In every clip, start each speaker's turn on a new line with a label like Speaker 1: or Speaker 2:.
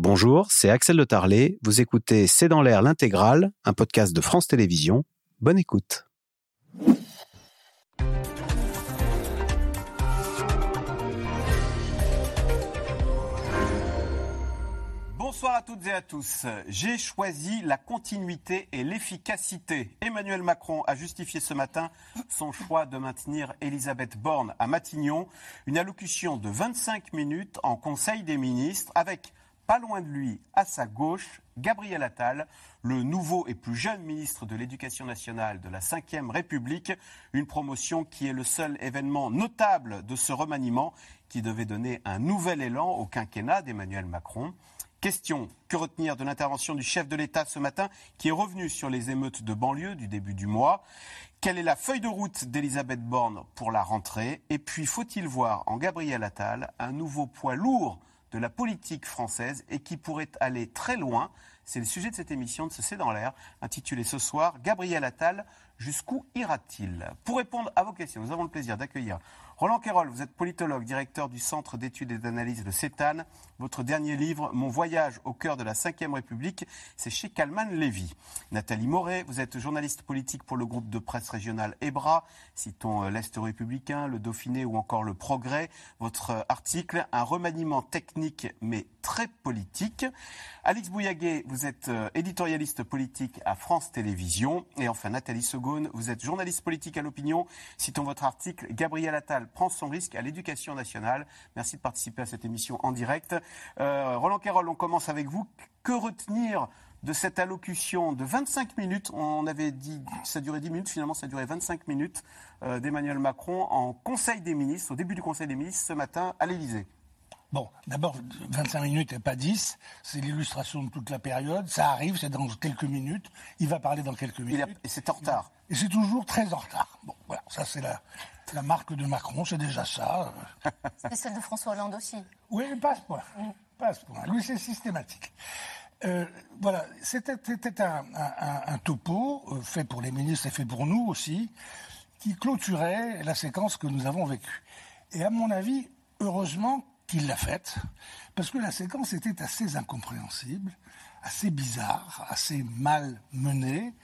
Speaker 1: Bonjour, c'est Axel de Tarlet. Vous écoutez C'est dans l'air l'intégrale, un podcast de France Télévisions. Bonne écoute.
Speaker 2: Bonsoir à toutes et à tous. J'ai choisi la continuité et l'efficacité. Emmanuel Macron a justifié ce matin son choix de maintenir Elisabeth Borne à Matignon. Une allocution de 25 minutes en Conseil des ministres avec, pas loin de lui, à sa gauche, Gabriel Attal, le nouveau et plus jeune ministre de l'Éducation nationale de la Ve République. Une promotion qui est le seul événement notable de ce remaniement qui devait donner un nouvel élan au quinquennat d'Emmanuel Macron. Question, que retenir de l'intervention du chef de l'État ce matin qui est revenu sur les émeutes de banlieue du début du mois? Quelle est la feuille de route d'Elisabeth Borne pour la rentrée? Et puis, faut-il voir en Gabriel Attal un nouveau poids lourd de la politique française et qui pourrait aller très loin? C'est le sujet de cette émission de ce C'est dans l'air, intitulée ce soir « Gabriel Attal, jusqu'où ira-t-il » Pour répondre à vos questions, nous avons le plaisir d'accueillir Roland Quérol. Vous êtes politologue, directeur du Centre d'études et d'analyse de CETAN. Votre dernier livre, Mon voyage au cœur de la Ve République, c'est chez Calman Lévy. Nathalie Moret, vous êtes journaliste politique pour le groupe de presse régional EBRA. Citons l'Est républicain, le Dauphiné ou encore le Progrès. Votre article, un remaniement technique mais très politique. Alix Bouillaguet, vous êtes éditorialiste politique à France Télévisions. Et enfin Nathalie Segaune, vous êtes journaliste politique à l'Opinion. Citons votre article, Gabriel Attal prend son risque à l'Éducation nationale. Merci de participer à cette émission en direct. Roland Quérol, on commence avec vous. Que retenir de cette allocution de 25 minutes? On avait dit que ça durait 10 minutes, finalement ça durait 25 minutes d'Emmanuel Macron en Conseil des ministres, au début du Conseil des ministres ce matin à l'Élysée.
Speaker 3: Bon, d'abord, 25 minutes et pas 10, c'est l'illustration de toute la période. Ça arrive, c'est dans quelques minutes. Il va parler dans quelques minutes.
Speaker 2: Et c'est en retard.
Speaker 3: Et c'est toujours très en retard. Bon, voilà, ça c'est la marque de Macron, c'est déjà ça.
Speaker 4: C'est celle de François Hollande aussi.
Speaker 3: Oui, mais pas à ce point. Pas à ce point. Lui, c'est systématique. Voilà, c'était un topo fait pour les ministres et fait pour nous aussi, qui clôturait la séquence que nous avons vécue. Et à mon avis, heureusement qu'il l'a faite, parce que la séquence était assez incompréhensible, assez bizarre, assez mal menée.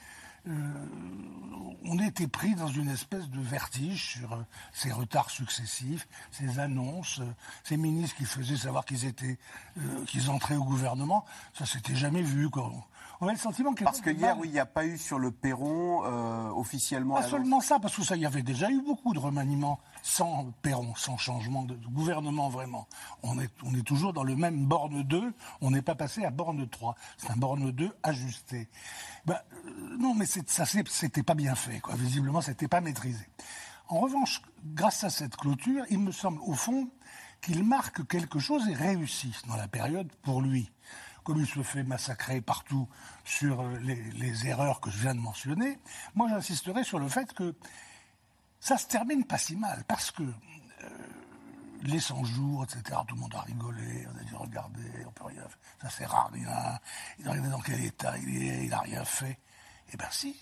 Speaker 3: On était pris dans une espèce de vertige sur ces retards successifs, ces annonces, ces ministres qui faisaient savoir qu'ils entraient au gouvernement. Ça s'était jamais vu, quoi. On avait le sentiment que...
Speaker 2: Parce que hier, oui, il n'y a pas eu sur le perron officiellement...
Speaker 3: Pas seulement ça, parce que ça, il y avait déjà eu beaucoup de remaniements sans perron, sans changement de gouvernement vraiment. On est toujours dans le même borne 2, on n'est pas passé à borne 3. C'est un borne 2 ajusté. Non, mais ça, c'était pas bien fait, quoi. Visiblement, c'était pas maîtrisé. En revanche, grâce à cette clôture, il me semble, au fond, qu'il marque quelque chose et réussit dans la période pour lui. Comme il se fait massacrer partout sur les erreurs que je viens de mentionner, moi j'insisterai sur le fait que ça se termine pas si mal, parce que les 100 jours, etc., tout le monde a rigolé, on a dit regardez, on peut rien faire, ça sert à rien, regardez dans quel état il n'a rien fait. Eh bien si,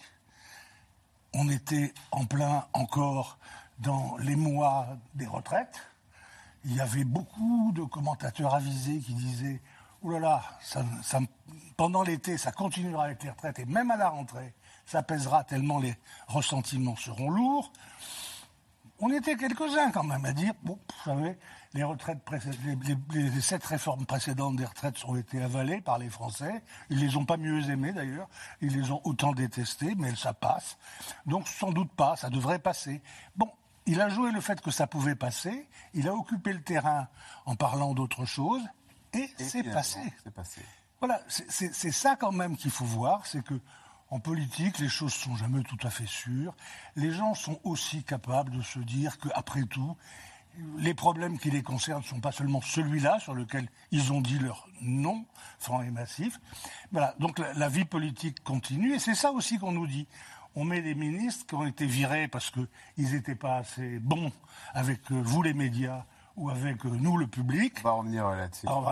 Speaker 3: on était en plein encore dans les mois des retraites, il y avait beaucoup de commentateurs avisés qui disaient « Oh là là, pendant l'été, ça continuera avec les retraites et même à la rentrée, ça pèsera tellement les ressentiments seront lourds. » On était quelques-uns quand même à dire « Bon, vous savez, les 7 réformes précédentes des retraites ont été avalées par les Français. Ils les ont pas mieux aimées d'ailleurs. Ils les ont autant détestées, mais ça passe. Donc sans doute pas, ça devrait passer. » Bon, il a joué le fait que ça pouvait passer. Il a occupé le terrain en parlant d'autre chose. Et c'est passé. Voilà, c'est ça quand même qu'il faut voir, c'est que en politique, les choses sont jamais tout à fait sûres. Les gens sont aussi capables de se dire qu'après tout, les problèmes qui les concernent ne sont pas seulement celui-là sur lequel ils ont dit leur non franc et massif. Voilà, donc la vie politique continue et c'est ça aussi qu'on nous dit. On met des ministres qui ont été virés parce qu'ils n'étaient pas assez bons avec vous les médias ou avec nous le public.
Speaker 2: On va revenir là-dessus.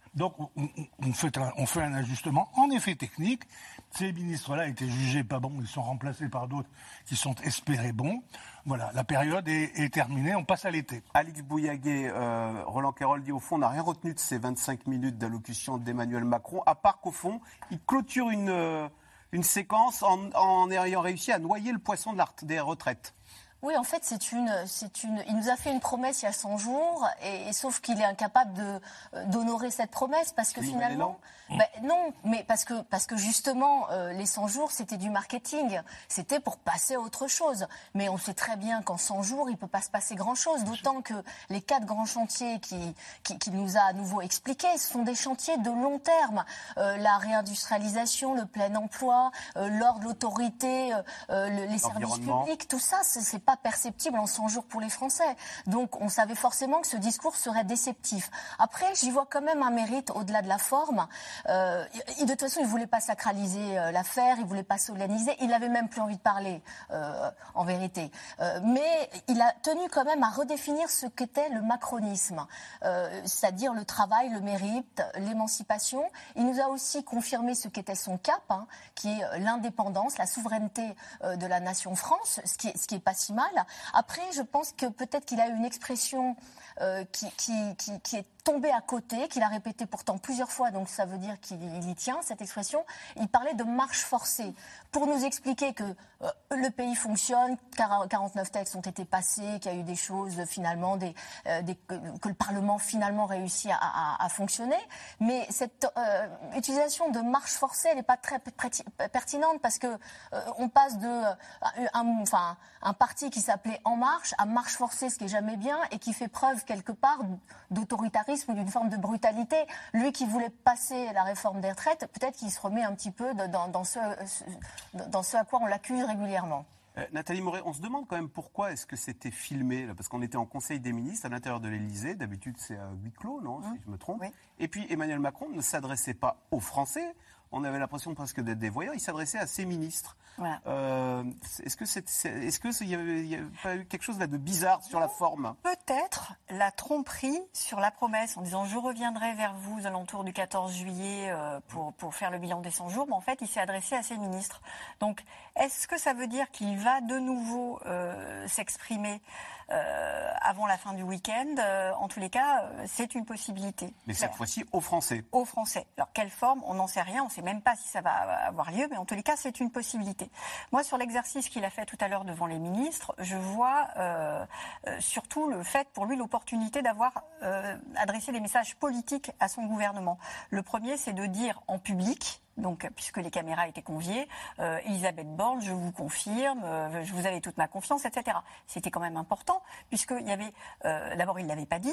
Speaker 3: Donc on fait un ajustement, en effet technique. Ces ministres-là étaient jugés pas bons, ils sont remplacés par d'autres qui sont espérés bons. Voilà, la période est terminée, on passe à l'été.
Speaker 2: Alix Bouillaguet, Roland Querol dit au fond, on n'a rien retenu de ces 25 minutes d'allocution d'Emmanuel Macron, à part qu'au fond, il clôture une séquence en ayant réussi à noyer le poisson des retraites.
Speaker 4: Oui, en fait, il nous a fait une promesse il y a 100 jours, et sauf qu'il est incapable d'honorer cette promesse, parce que finalement... non, mais parce que justement, les 100 jours, c'était du marketing. C'était pour passer à autre chose. Mais on sait très bien qu'en 100 jours, il ne peut pas se passer grand-chose. D'autant que les 4 grands chantiers qu'il nous a à nouveau expliqués, ce sont des chantiers de long terme. La réindustrialisation, le plein emploi, l'ordre, l'autorité, les services publics, tout ça, c'est pas perceptible en 100 jours pour les Français. Donc, on savait forcément que ce discours serait déceptif. Après, j'y vois quand même un mérite au-delà de la forme. De toute façon, il ne voulait pas sacraliser l'affaire, il ne voulait pas solenniser, il n'avait même plus envie de parler, en vérité. Mais il a tenu quand même à redéfinir ce qu'était le macronisme, c'est-à-dire le travail, le mérite, l'émancipation. Il nous a aussi confirmé ce qu'était son cap, qui est l'indépendance, la souveraineté de la nation France, ce qui est pas si mal. Après, je pense que peut-être qu'il a eu une expression qui est tombée à côté, qu'il a répétée pourtant plusieurs fois, donc ça veut dire qu'il y tient, cette expression. Il parlait de marche forcée, pour nous expliquer que le pays fonctionne, 49 textes ont été passés, qu'il y a eu des choses finalement, que le Parlement finalement réussit à fonctionner. Mais cette utilisation de marche forcée, elle n'est pas très pertinente, parce que on passe de un parti qui s'appelait En Marche à marche forcée, ce qui n'est jamais bien, et qui fait preuve quelque part d'autoritarisme ou d'une forme de brutalité. Lui qui voulait passer la réforme des retraites, peut-être qu'il se remet un petit peu dans ce à quoi on l'accuse régulièrement.
Speaker 2: Nathalie Morey, on se demande quand même pourquoi est-ce que c'était filmé, là, parce qu'on était en Conseil des ministres à l'intérieur de l'Élysée, d'habitude c'est à huis clos, non, si je me trompe. Oui. Et puis Emmanuel Macron ne s'adressait pas aux Français, on avait l'impression presque d'être des voyeurs, il s'adressait à ses ministres. Voilà. Est-ce qu'il n'y a pas eu quelque chose là de bizarre sur la forme ?
Speaker 5: Peut-être la tromperie sur la promesse en disant « je reviendrai vers vous aux alentours du 14 juillet pour faire le bilan des 100 jours », mais en fait il s'est adressé à ses ministres. Donc est-ce que ça veut dire qu'il va de nouveau s'exprimer avant la fin du week-end? En tous les cas, c'est une possibilité.
Speaker 2: Mais cette fois-ci aux Français.
Speaker 5: Aux Français. Alors quelle forme? On n'en sait rien, on ne sait même pas si ça va avoir lieu, mais en tous les cas, c'est une possibilité. Moi, sur l'exercice qu'il a fait tout à l'heure devant les ministres, je vois surtout le fait pour lui l'opportunité d'avoir adressé des messages politiques à son gouvernement. Le premier, c'est de dire en public, donc, puisque les caméras étaient conviées, Elisabeth Borne, je vous confirme, je vous avais toute ma confiance, etc. C'était quand même important, puisqu'il y avait, d'abord il ne l'avait pas dit,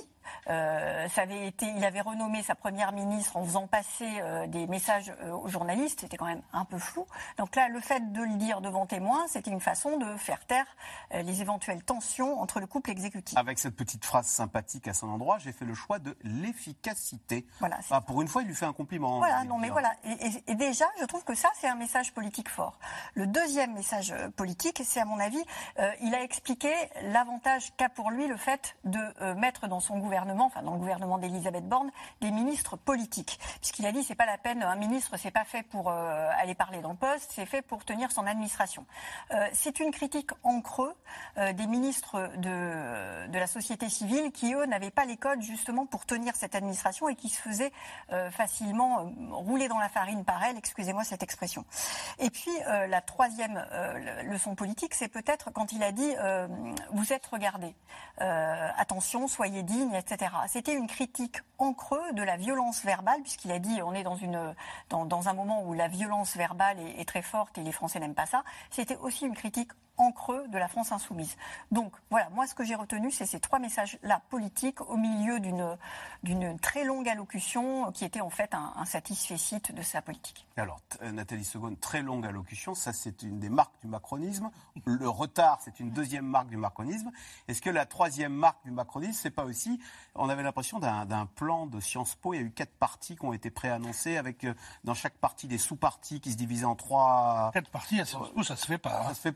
Speaker 5: il avait renommé sa première ministre en faisant passer des messages aux journalistes, c'était quand même un peu flou. Donc là, le fait de le dire devant témoins, c'était une façon de faire taire les éventuelles tensions entre le couple exécutif.
Speaker 2: Avec cette petite phrase sympathique à son endroit, j'ai fait le choix de l'efficacité. Voilà, pour une fois, il lui fait un compliment.
Speaker 5: Voilà, non mais voilà. Et déjà, je trouve que ça, c'est un message politique fort. Le deuxième message politique, c'est à mon avis, il a expliqué l'avantage qu'a pour lui le fait de mettre dans son gouvernement, enfin dans le gouvernement d'Elisabeth Borne, des ministres politiques. Puisqu'il a dit, c'est pas la peine, un ministre, c'est pas fait pour aller parler dans le poste, c'est fait pour tenir son administration. C'est une critique en creux des ministres de la société civile qui, eux, n'avaient pas les codes justement pour tenir cette administration et qui se faisaient facilement rouler dans la farine par elle, excusez-moi cette expression. Et puis la troisième leçon politique, c'est peut-être quand il a dit vous êtes regardés, attention, soyez dignes, etc. C'était une critique en creux de la violence verbale, puisqu'il a dit on est dans un moment où la violence verbale est très forte et les Français n'aiment pas ça. C'était aussi une critique en creux de la France insoumise. Donc voilà, moi ce que j'ai retenu, c'est ces trois messages-là politiques au milieu d'une très longue allocution qui était en fait un satisfecit de sa politique.
Speaker 2: Alors Nathalie Segonde, très longue allocution, ça c'est une des marques du macronisme. Le retard, c'est une deuxième marque du macronisme. Est-ce que la troisième marque du macronisme, c'est pas aussi, on avait l'impression d'un plan de Sciences Po, il y a eu 4 partis qui ont été préannoncés avec dans chaque parti des sous-partis qui se divisaient en 3...
Speaker 3: 4 partis à Sciences Po, ça se fait pas.
Speaker 2: Ça se fait pas, bon d'accord.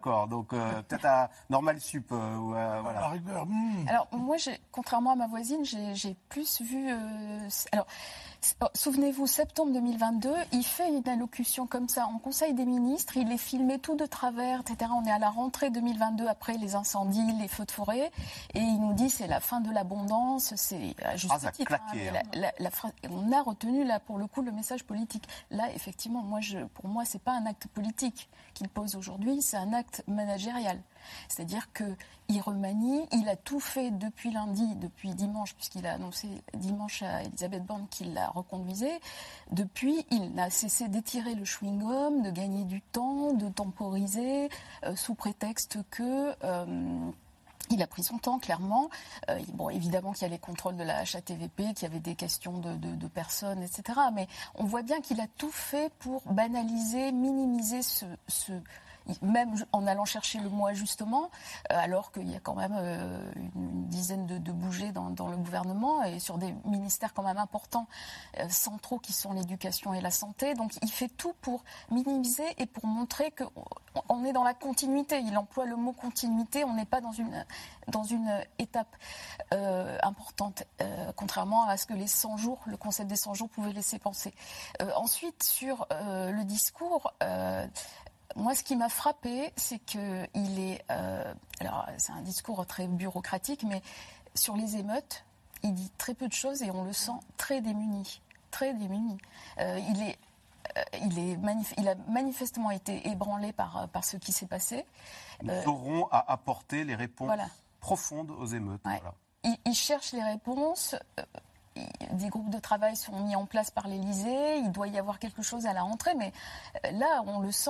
Speaker 2: d'accord. Donc peut-être à Normal Sup. Voilà.
Speaker 3: À rigueur.
Speaker 6: Alors moi, contrairement à ma voisine, j'ai plus vu... alors, souvenez-vous, septembre 2022, il fait une allocution comme ça en Conseil des ministres, il est filmé tout de travers, etc. On est à la rentrée 2022 après les incendies, les feux de forêt, et il nous dit c'est la fin de l'abondance, c'est à juste titre.
Speaker 2: Claqué,
Speaker 6: on a retenu là pour le coup le message politique. Là, effectivement, pour moi, c'est pas un acte politique qu'il pose aujourd'hui, c'est un acte managérial. C'est-à-dire qu'il remanie, il a tout fait depuis lundi, depuis dimanche, puisqu'il a annoncé dimanche à Elisabeth Borne qu'il la reconduisait. Depuis, il n'a cessé d'étirer le chewing-gum, de gagner du temps, de temporiser, sous prétexte que... il a pris son temps, clairement. Bon, évidemment qu'il y a les contrôles de la HATVP, qu'il y avait des questions de personnes, etc. Mais on voit bien qu'il a tout fait pour banaliser, minimiser même en allant chercher le mot ajustement, alors qu'il y a quand même une dizaine de bougées dans le gouvernement et sur des ministères quand même importants, centraux, qui sont l'éducation et la santé. Donc il fait tout pour minimiser et pour montrer qu'on est dans la continuité. Il emploie le mot continuité, on n'est pas dans une étape importante, contrairement à ce que les 100 jours, le concept des 100 jours pouvait laisser penser. Ensuite, sur le discours... moi, ce qui m'a frappé, c'est qu'il est... alors, c'est un discours très bureaucratique, mais sur les émeutes, il dit très peu de choses et on le sent très démuni. Très démuni. Il a manifestement été ébranlé par ce qui s'est passé.
Speaker 2: Nous aurons à apporter les réponses profondes aux émeutes.
Speaker 6: Ouais.
Speaker 2: Voilà.
Speaker 6: Il cherche les réponses... Des groupes de travail sont mis en place par l'Élysée, il doit y avoir quelque chose à la rentrée, mais là, on le sent,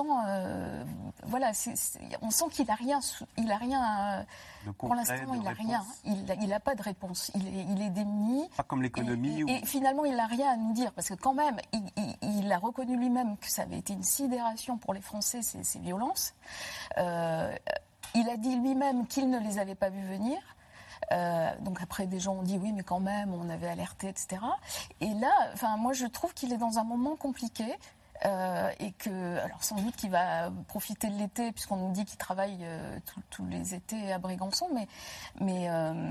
Speaker 6: on sent qu'il n'a rien, pour l'instant, il n'a rien, il n'a pas de réponse, il est démuni.
Speaker 2: Pas comme l'économie.
Speaker 6: Et finalement, il n'a rien à nous dire, parce que quand même, il a reconnu lui-même que ça avait été une sidération pour les Français, ces violences. Il a dit lui-même qu'il ne les avait pas vues venir. Donc après, des gens ont dit oui, mais quand même, on avait alerté, etc. Et là, moi, je trouve qu'il est dans un moment compliqué et que, alors sans doute qu'il va profiter de l'été, puisqu'on nous dit qu'il travaille tous les étés à Brégançon, mais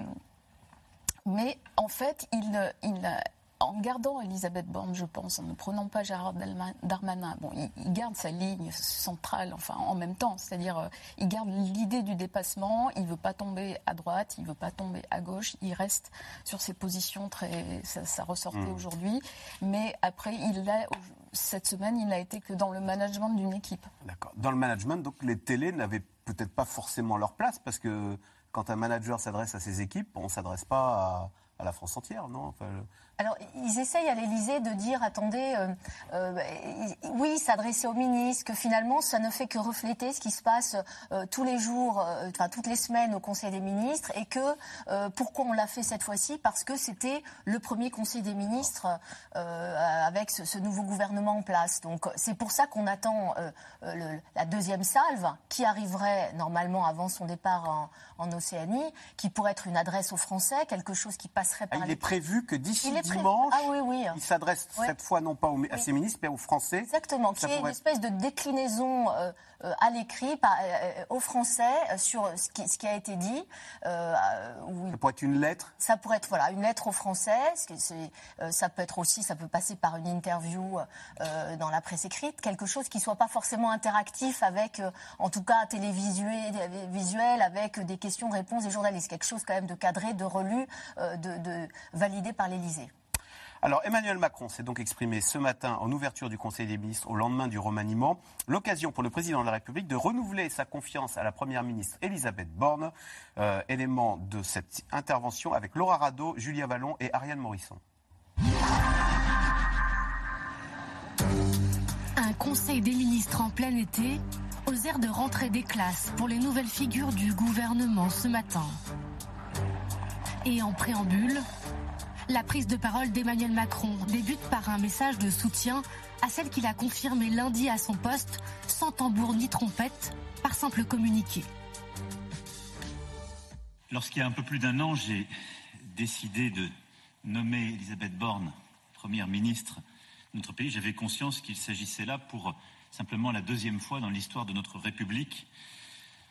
Speaker 6: en fait, en gardant Elisabeth Borne, je pense, en ne prenant pas Gérald Darmanin, bon, il garde sa ligne centrale, en même temps, c'est-à-dire il garde l'idée du dépassement, il ne veut pas tomber à droite, il ne veut pas tomber à gauche, il reste sur ses positions ça ressortait aujourd'hui, mais après, cette semaine, il n'a été que dans le management d'une équipe.
Speaker 2: D'accord. Dans le management, donc les télés n'avaient peut-être pas forcément leur place, parce que quand un manager s'adresse à ses équipes, on ne s'adresse pas à la France entière, non ?
Speaker 4: Alors, ils essayent à l'Élysée de dire, attendez, oui, s'adresser aux ministres, que finalement, ça ne fait que refléter ce qui se passe tous les jours, toutes les semaines au Conseil des ministres, et que pourquoi on l'a fait cette fois-ci ? Parce que c'était le premier Conseil des ministres avec ce nouveau gouvernement en place. Donc, c'est pour ça qu'on attend la deuxième salve, qui arriverait normalement avant son départ en Océanie, qui pourrait être une adresse aux Français, quelque chose qui passerait par...
Speaker 2: Il est prévu que d'ici dimanche, il s'adresse cette fois non pas à ses ministres, mais aux Français.
Speaker 4: Exactement, qui est une espèce de déclinaison à l'écrit aux Français sur ce qui a été dit.
Speaker 2: Ça pourrait être une lettre.
Speaker 4: Ça pourrait être une lettre aux Français. Ça peut être aussi, ça peut passer par une interview dans la presse écrite, quelque chose qui soit pas forcément interactif avec, en tout cas télévisuel, avec des questions-réponses des journalistes. Quelque chose quand même de cadré, de relu, de validé par l'Élysée.
Speaker 2: Alors Emmanuel Macron s'est donc exprimé ce matin en ouverture du Conseil des ministres au lendemain du remaniement. L'occasion pour le président de la République de renouveler sa confiance à la première ministre Elisabeth Borne. Élément de cette intervention avec Laura Rado, Julia Vallon et Ariane Morisson.
Speaker 7: Un Conseil des ministres en plein été, aux airs de rentrée des classes pour les nouvelles figures du gouvernement ce matin. Et en préambule, la prise de parole d'Emmanuel Macron débute par un message de soutien à celle qu'il a confirmée lundi à son poste, sans tambour ni trompette, par simple communiqué.
Speaker 8: Lorsqu'il y a un peu plus d'un an, j'ai décidé de nommer Elisabeth Borne première ministre de notre pays, j'avais conscience qu'il s'agissait là pour simplement la deuxième fois dans l'histoire de notre République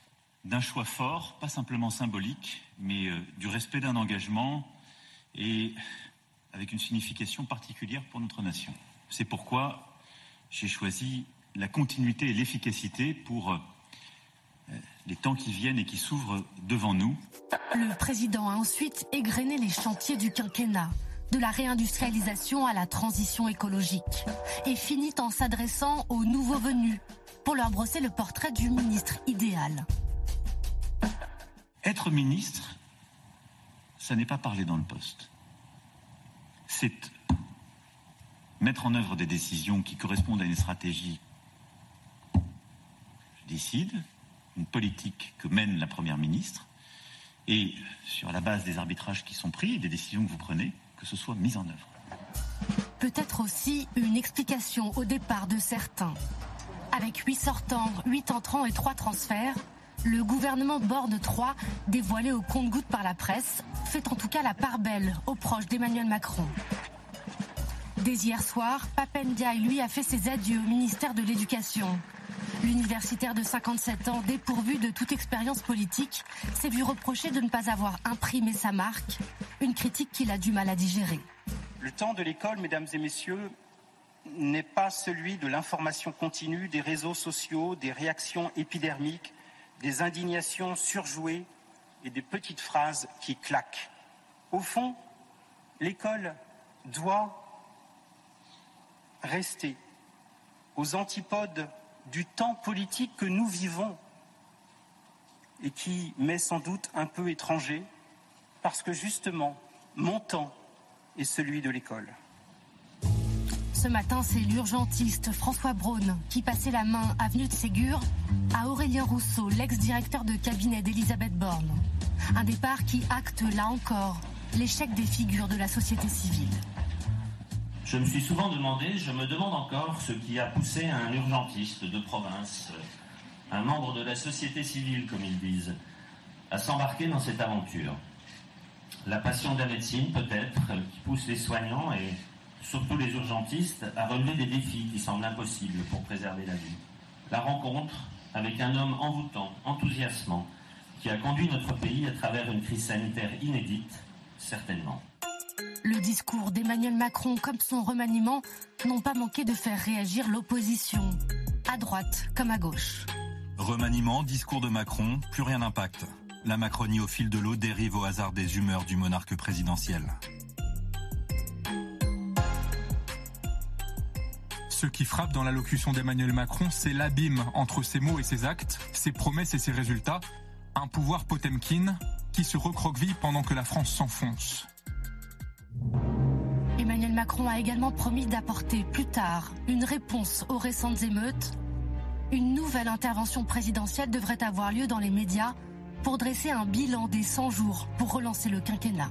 Speaker 8: d'un choix fort, pas simplement symbolique, mais du respect d'un engagement et avec une signification particulière pour notre nation. C'est pourquoi j'ai choisi la continuité et l'efficacité pour les temps qui viennent et qui s'ouvrent devant nous.
Speaker 7: Le président a ensuite égrené les chantiers du quinquennat, de la réindustrialisation à la transition écologique, et finit en s'adressant aux nouveaux venus pour leur brosser le portrait du ministre idéal.
Speaker 8: Être ministre, ça n'est pas parler dans le poste. C'est mettre en œuvre des décisions qui correspondent à une stratégie. Je décide, une politique que mène la Première ministre, et sur la base des arbitrages qui sont pris, des décisions que vous prenez, que ce soit mis en œuvre.
Speaker 7: Peut-être aussi une explication au départ de certains. Avec 8 sortants, 8 entrants et 3 transferts, le gouvernement Borne 3, dévoilé au compte-gouttes par la presse, fait en tout cas la part belle aux proches d'Emmanuel Macron. Dès hier soir, Pape Ndiaye, lui, a fait ses adieux au ministère de l'Éducation. L'universitaire de 57 ans, dépourvu de toute expérience politique, s'est vu reprocher de ne pas avoir imprimé sa marque, une critique qu'il a du mal à digérer.
Speaker 9: Le temps de l'école, mesdames et messieurs, n'est pas celui de l'information continue, des réseaux sociaux, des réactions épidermiques, des indignations surjouées et des petites phrases qui claquent. Au fond, l'école doit rester aux antipodes du temps politique que nous vivons et qui m'est sans doute un peu étranger parce que justement, mon temps est celui de l'école.
Speaker 7: Ce matin, c'est l'urgentiste François Braun qui passait la main avenue de Ségur à Aurélien Rousseau, l'ex-directeur de cabinet d'Elisabeth Borne. Un départ qui acte, là encore, l'échec des figures de la société civile.
Speaker 10: Je me suis souvent demandé, je me demande encore, ce qui a poussé un urgentiste de province, un membre de la société civile, comme ils disent, à s'embarquer dans cette aventure. La passion de la médecine, peut-être, qui pousse les soignants et surtout les urgentistes à relever des défis qui semblent impossibles pour préserver la vie. La rencontre avec un homme envoûtant, enthousiasmant, qui a conduit notre pays à travers une crise sanitaire inédite, certainement.
Speaker 7: Le discours d'Emmanuel Macron comme son remaniement n'ont pas manqué de faire réagir l'opposition, à droite comme à gauche.
Speaker 11: Remaniement, discours de Macron, plus rien n'impacte. La Macronie au fil de l'eau dérive au hasard des humeurs du monarque présidentiel.
Speaker 12: Ce qui frappe dans l'allocution d'Emmanuel Macron, c'est l'abîme entre ses mots et ses actes, ses promesses et ses résultats. Un pouvoir Potemkin qui se recroqueville pendant que la France s'enfonce.
Speaker 7: Emmanuel Macron a également promis d'apporter plus tard une réponse aux récentes émeutes. Une nouvelle intervention présidentielle devrait avoir lieu dans les médias pour dresser un bilan des 100 jours pour relancer le quinquennat.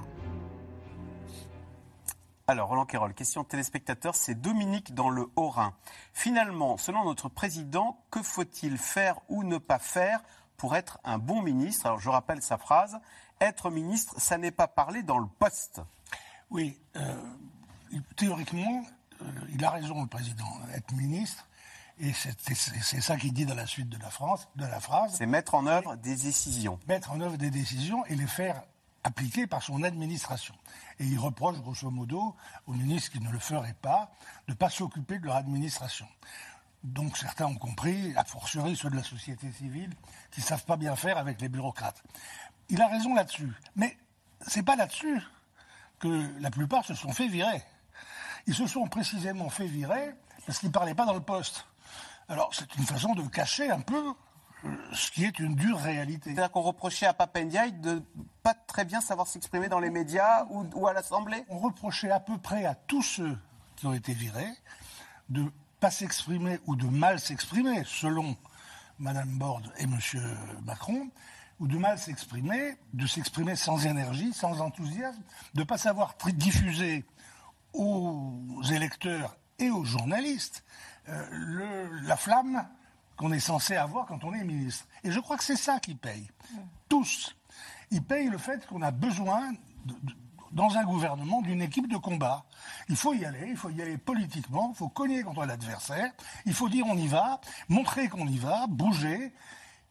Speaker 2: Alors, Roland Quérol, question de téléspectateur, c'est Dominique dans le Haut-Rhin. Finalement, selon notre président, que faut-il faire ou ne pas faire pour être un bon ministre? Alors, je rappelle sa phrase, être ministre, ça n'est pas parler dans le poste.
Speaker 3: Oui, théoriquement, il a raison, le président, être ministre, et c'est ça qu'il dit dans la suite de la phrase.
Speaker 2: C'est mettre en œuvre des décisions.
Speaker 3: Mettre en œuvre des décisions et les faire appliquer par son administration. Et il reproche, grosso modo, aux ministres qui ne le feraient pas, de ne pas s'occuper de leur administration. Donc certains ont compris, a fortiori ceux de la société civile, qui ne savent pas bien faire avec les bureaucrates. Il a raison là-dessus. Mais c'est pas là-dessus que la plupart se sont fait virer. Ils se sont précisément fait virer parce qu'ils ne parlaient pas dans le poste. Alors c'est une façon de cacher un peu ce qui est une dure réalité.
Speaker 2: C'est-à-dire qu'on reprochait à Pape Ndiaye de ne pas très bien savoir s'exprimer dans les médias ou à l'Assemblée?
Speaker 3: On reprochait à peu près à tous ceux qui ont été virés de ne pas s'exprimer ou de mal s'exprimer, selon Mme Borne et M. Macron, ou de mal s'exprimer, de s'exprimer sans énergie, sans enthousiasme, de ne pas savoir diffuser aux électeurs et aux journalistes la flamme qu'on est censé avoir quand on est ministre. Et je crois que c'est ça qui paye. Tous. Ils payent le fait qu'on a besoin, dans un gouvernement, d'une équipe de combat. Il faut y aller politiquement, il faut cogner contre l'adversaire, il faut dire on y va, montrer qu'on y va, bouger.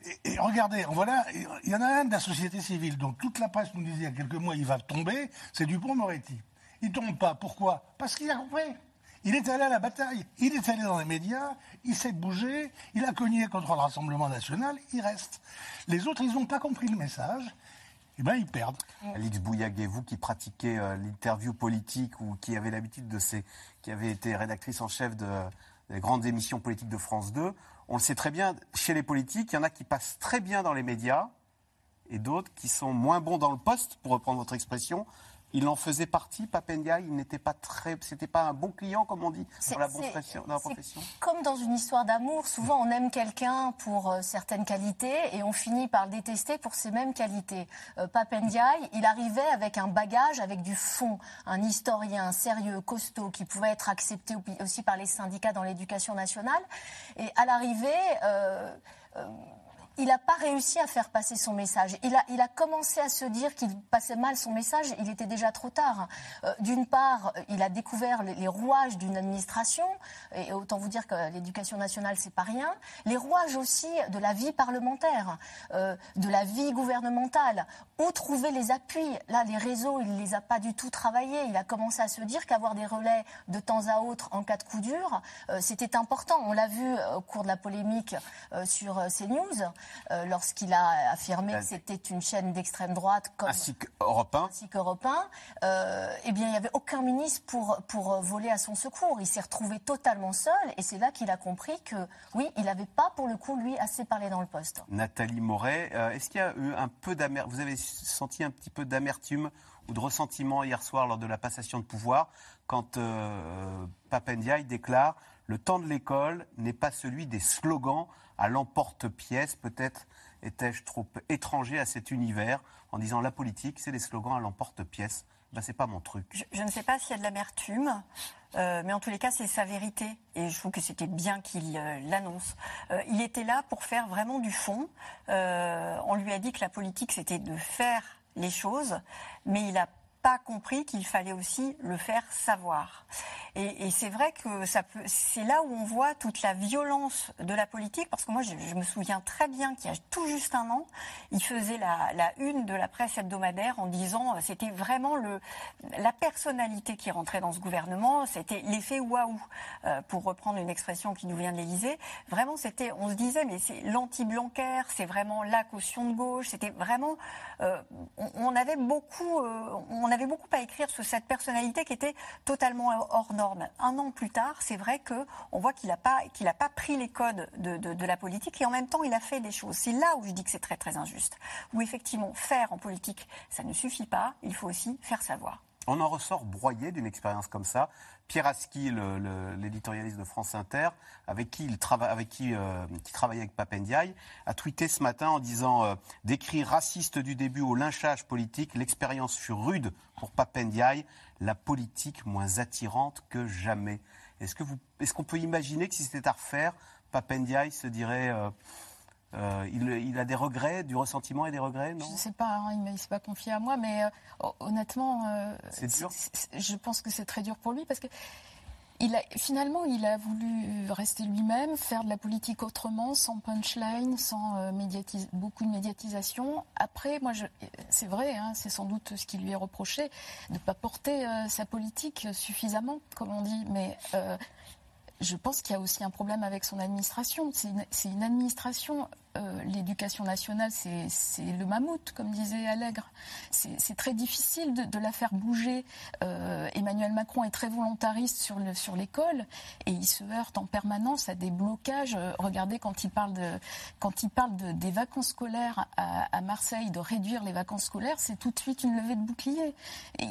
Speaker 3: Et regardez, voilà, il y en a un de la société civile, dont toute la presse nous disait il y a quelques mois, il va tomber, c'est Dupond-Moretti. Il ne tombe pas. Pourquoi ? Parce qu'il a compris. Il est allé à la bataille, il est allé dans les médias, il s'est bougé, il a cogné contre le Rassemblement national, il reste. Les autres, ils n'ont pas compris le message, et bien ils perdent.
Speaker 2: Alix Bouillaguet, vous qui pratiquez l'interview politique ou qui avez l'habitude qui avez été rédactrice en chef des grandes émissions politiques de France 2, on le sait très bien, chez les politiques, il y en a qui passent très bien dans les médias et d'autres qui sont moins bons dans le poste, pour reprendre votre expression. Il en faisait partie, Pape Ndiaye, c'était pas un bon client, comme on dit, dans la profession.
Speaker 4: Comme dans une histoire d'amour, souvent on aime quelqu'un pour certaines qualités et on finit par le détester pour ces mêmes qualités. Pape Ndiaye, il arrivait avec un bagage, avec du fond, un historien sérieux, costaud, qui pouvait être accepté aussi par les syndicats dans l'éducation nationale. Et à l'arrivée... il n'a pas réussi à faire passer son message. Il a commencé à se dire qu'il passait mal son message, il était déjà trop tard. D'une part, il a découvert les rouages d'une administration, et autant vous dire que l'éducation nationale, c'est pas rien. Les rouages aussi de la vie parlementaire, de la vie gouvernementale. Où trouver les appuis ? Là, les réseaux, il ne les a pas du tout travaillés. Il a commencé à se dire qu'avoir des relais de temps à autre en cas de coup dur, c'était important. On l'a vu au cours de la polémique sur CNews. Lorsqu'il a affirmé que c'était une chaîne d'extrême droite
Speaker 2: ainsi qu'Europe 1,
Speaker 4: eh bien, il n'y avait aucun ministre pour voler à son secours. Il s'est retrouvé totalement seul et c'est là qu'il a compris que, oui, il n'avait pas, pour le coup, lui, assez parlé dans le poste.
Speaker 2: Nathalie Moret, est-ce qu'il y a eu un peu d'amertume ? Vous avez senti un petit peu d'amertume ou de ressentiment hier soir lors de la passation de pouvoir quand Pape Ndiaye déclare « Le temps de l'école n'est pas celui des slogans à l'emporte-pièce. Peut-être étais-je trop étranger à cet univers en disant la politique, c'est des slogans à l'emporte-pièce. Ben, c'est pas mon truc. »
Speaker 5: Je ne sais pas s'il y a de l'amertume, mais en tous les cas, c'est sa vérité. Et je trouve que c'était bien qu'il l'annonce. Il était là pour faire vraiment du fond. On lui a dit que la politique, c'était de faire les choses, mais il a pas compris qu'il fallait aussi le faire savoir. Et c'est vrai que c'est là où on voit toute la violence de la politique, parce que moi je me souviens très bien qu'il y a tout juste un an, il faisait la une de la presse hebdomadaire en disant c'était vraiment la personnalité qui rentrait dans ce gouvernement, c'était l'effet waouh, pour reprendre une expression qui nous vient de l'Élysée. Vraiment on se disait mais c'est l'anti-Blanquer, c'est vraiment la caution de gauche, c'était vraiment on avait beaucoup à écrire sur cette personnalité qui était totalement hors norme. Un an plus tard, c'est vrai qu'on voit qu'il n'a pas pris les codes de la politique et en même temps, il a fait des choses. C'est là où je dis que c'est très, très injuste. Où effectivement, faire en politique, ça ne suffit pas. Il faut aussi faire savoir.
Speaker 2: On en ressort broyé d'une expérience comme ça. Pierre Aski, l'éditorialiste de France Inter, qui travaillait avec Pape Ndiaye, a tweeté ce matin en disant « Des cris racistes du début au lynchage politique, l'expérience fut rude pour Pape Ndiaye, la politique moins attirante que jamais. » Est-ce qu'on peut imaginer que si c'était à refaire, Pape Ndiaye se dirait... il a des regrets, du ressentiment et des regrets, non ?
Speaker 6: Je ne sais pas, il ne s'est pas confié à moi, mais honnêtement,
Speaker 2: c'est dur.
Speaker 6: Je pense que c'est très dur pour lui parce que finalement, il a voulu rester lui-même, faire de la politique autrement, sans punchline, sans beaucoup de médiatisation. Après, moi, c'est vrai, c'est sans doute ce qui lui est reproché, de ne pas porter sa politique suffisamment, comme on dit, mais... je pense qu'il y a aussi un problème avec son administration. C'est une administration, l'éducation nationale, c'est le mammouth, comme disait Allègre. C'est très difficile de la faire bouger. Emmanuel Macron est très volontariste sur l'école et il se heurte en permanence à des blocages. Regardez quand il parle des vacances scolaires à Marseille, de réduire les vacances scolaires, c'est tout de suite une levée de bouclier. Et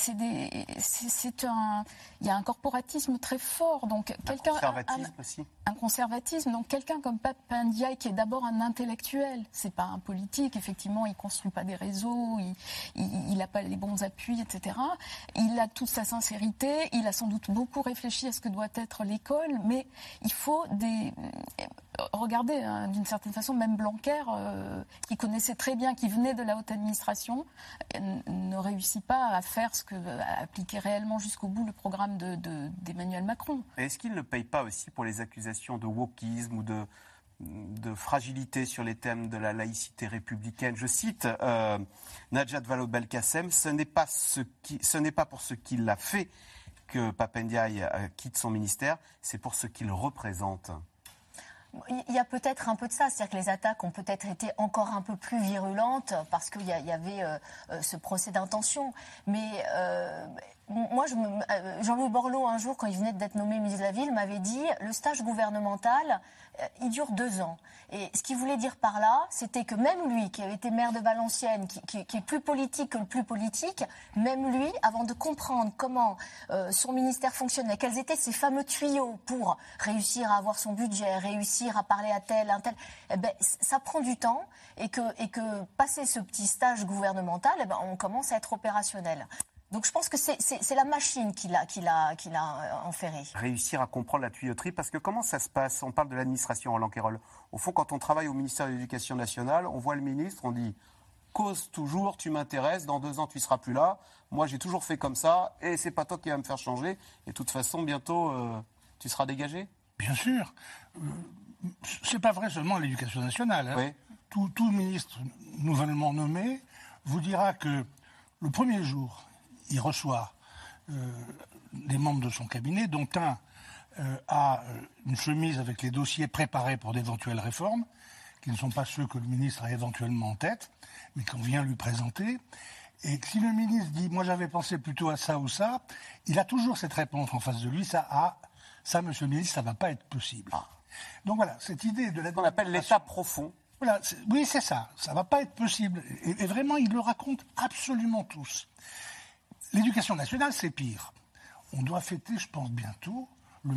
Speaker 6: il y a un corporatisme très fort. Donc un conservatisme. Donc quelqu'un comme Pape Ndiaye qui est d'abord un intellectuel, c'est pas un politique. Effectivement, il construit pas des réseaux, il a pas les bons appuis, etc. Il a toute sa sincérité. Il a sans doute beaucoup réfléchi à ce que doit être l'école, mais il faut regardez, d'une certaine façon, même Blanquer, qui connaissait très bien, qui venait de la haute administration, ne réussit pas à faire à appliquer réellement jusqu'au bout le programme d'Emmanuel Macron.
Speaker 2: Est-ce qu'il ne paye pas aussi pour les accusations de wokisme ou de de fragilité sur les thèmes de la laïcité républicaine. Je cite Najat Vallaud-Belkacem, ce n'est pas pour ce qu'il a fait que Pape Ndiaye quitte son ministère, c'est pour ce qu'il représente.
Speaker 4: Il y a peut-être un peu de ça, c'est-à-dire que les attaques ont peut-être été encore un peu plus virulentes parce qu'il y avait ce procès d'intention. Mais moi, Jean-Louis Borloo, un jour, quand il venait d'être nommé ministre de la Ville, m'avait dit « le stage gouvernemental, il dure 2 ans ». Et ce qu'il voulait dire par là, c'était que même lui, qui avait été maire de Valenciennes, qui est plus politique que le plus politique, même lui, avant de comprendre comment son ministère fonctionnait, quels étaient ses fameux tuyaux pour réussir à avoir son budget, réussir à parler à tel, un tel, eh ben, ça prend du temps et que passer ce petit stage gouvernemental, eh ben, on commence à être opérationnel. Donc je pense que c'est la machine qui l'a enferré.
Speaker 2: Réussir à comprendre la tuyauterie, parce que comment ça se passe? On parle de l'administration, Roland Quérol. Au fond, quand on travaille au ministère de l'Éducation nationale, on voit le ministre, on dit « cause toujours, tu m'intéresses, dans 2 ans tu ne seras plus là, moi j'ai toujours fait comme ça, et c'est pas toi qui vas me faire changer, et de toute façon, bientôt, tu seras dégagé ».
Speaker 3: Bien sûr. C'est pas vrai seulement à l'Éducation nationale. Hein.
Speaker 2: Oui.
Speaker 3: Tout ministre nouvellement nommé vous dira que le premier jour, il reçoit des membres de son cabinet, dont un a une chemise avec les dossiers préparés pour d'éventuelles réformes, qui ne sont pas ceux que le ministre a éventuellement en tête, mais qu'on vient lui présenter. Et si le ministre dit « moi j'avais pensé plutôt à ça ou ça », il a toujours cette réponse en face de lui, ça, monsieur le ministre, ça ne va pas être possible. Donc voilà, cette idée de
Speaker 2: qu'on appelle l'état profond.
Speaker 3: Voilà, oui, c'est ça ne va pas être possible. Et vraiment, ils le racontent absolument tous. L'éducation nationale, c'est pire. On doit fêter, je pense, bientôt le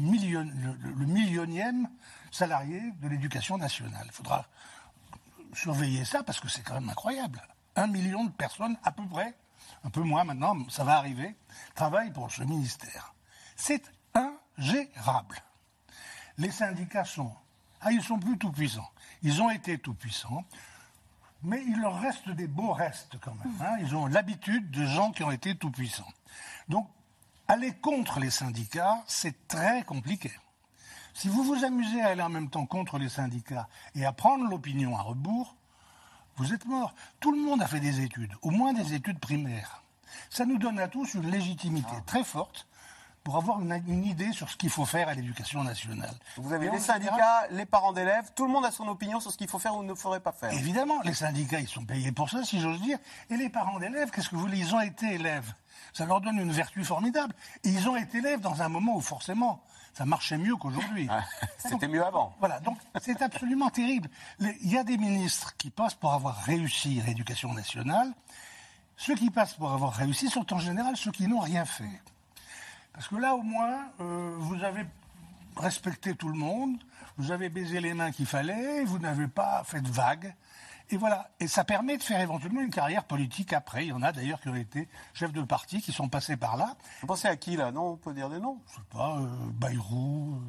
Speaker 3: millionième salarié de l'éducation nationale. Il faudra surveiller ça parce que c'est quand même incroyable. 1 million de personnes, à peu près, un peu moins maintenant, ça va arriver, travaillent pour ce ministère. C'est ingérable. Les syndicats ils sont plus tout puissants. Ils ont été tout puissants. Mais il leur reste des beaux restes quand même. Hein. Ils ont l'habitude de gens qui ont été tout-puissants. Donc, aller contre les syndicats, c'est très compliqué. Si vous vous amusez à aller en même temps contre les syndicats et à prendre l'opinion à rebours, vous êtes mort. Tout le monde a fait des études, au moins des études primaires. Ça nous donne à tous une légitimité très forte pour avoir une idée sur ce qu'il faut faire à l'éducation nationale.
Speaker 2: Vous avez les syndicats, les parents d'élèves, tout le monde a son opinion sur ce qu'il faut faire ou ne faudrait pas faire.
Speaker 3: Évidemment, les syndicats, ils sont payés pour ça, si j'ose dire. Et les parents d'élèves, qu'est-ce que vous voulez? Ils ont été élèves. Ça leur donne une vertu formidable. Et ils ont été élèves dans un moment où, forcément, ça marchait mieux qu'aujourd'hui.
Speaker 2: C'était mieux avant.
Speaker 3: Voilà, donc c'est absolument terrible. Il y a des ministres qui passent pour avoir réussi l'éducation nationale. Ceux qui passent pour avoir réussi sont en général ceux qui n'ont rien fait. Parce que là, au moins, vous avez respecté tout le monde, vous avez baisé les mains qu'il fallait, vous n'avez pas fait de vagues. Et voilà. Et ça permet de faire éventuellement une carrière politique après. Il y en a d'ailleurs qui ont été chefs de parti, qui sont passés par là.
Speaker 2: Vous pensez à qui, là? Non, on peut dire des noms.
Speaker 3: Je sais pas, Bayrou,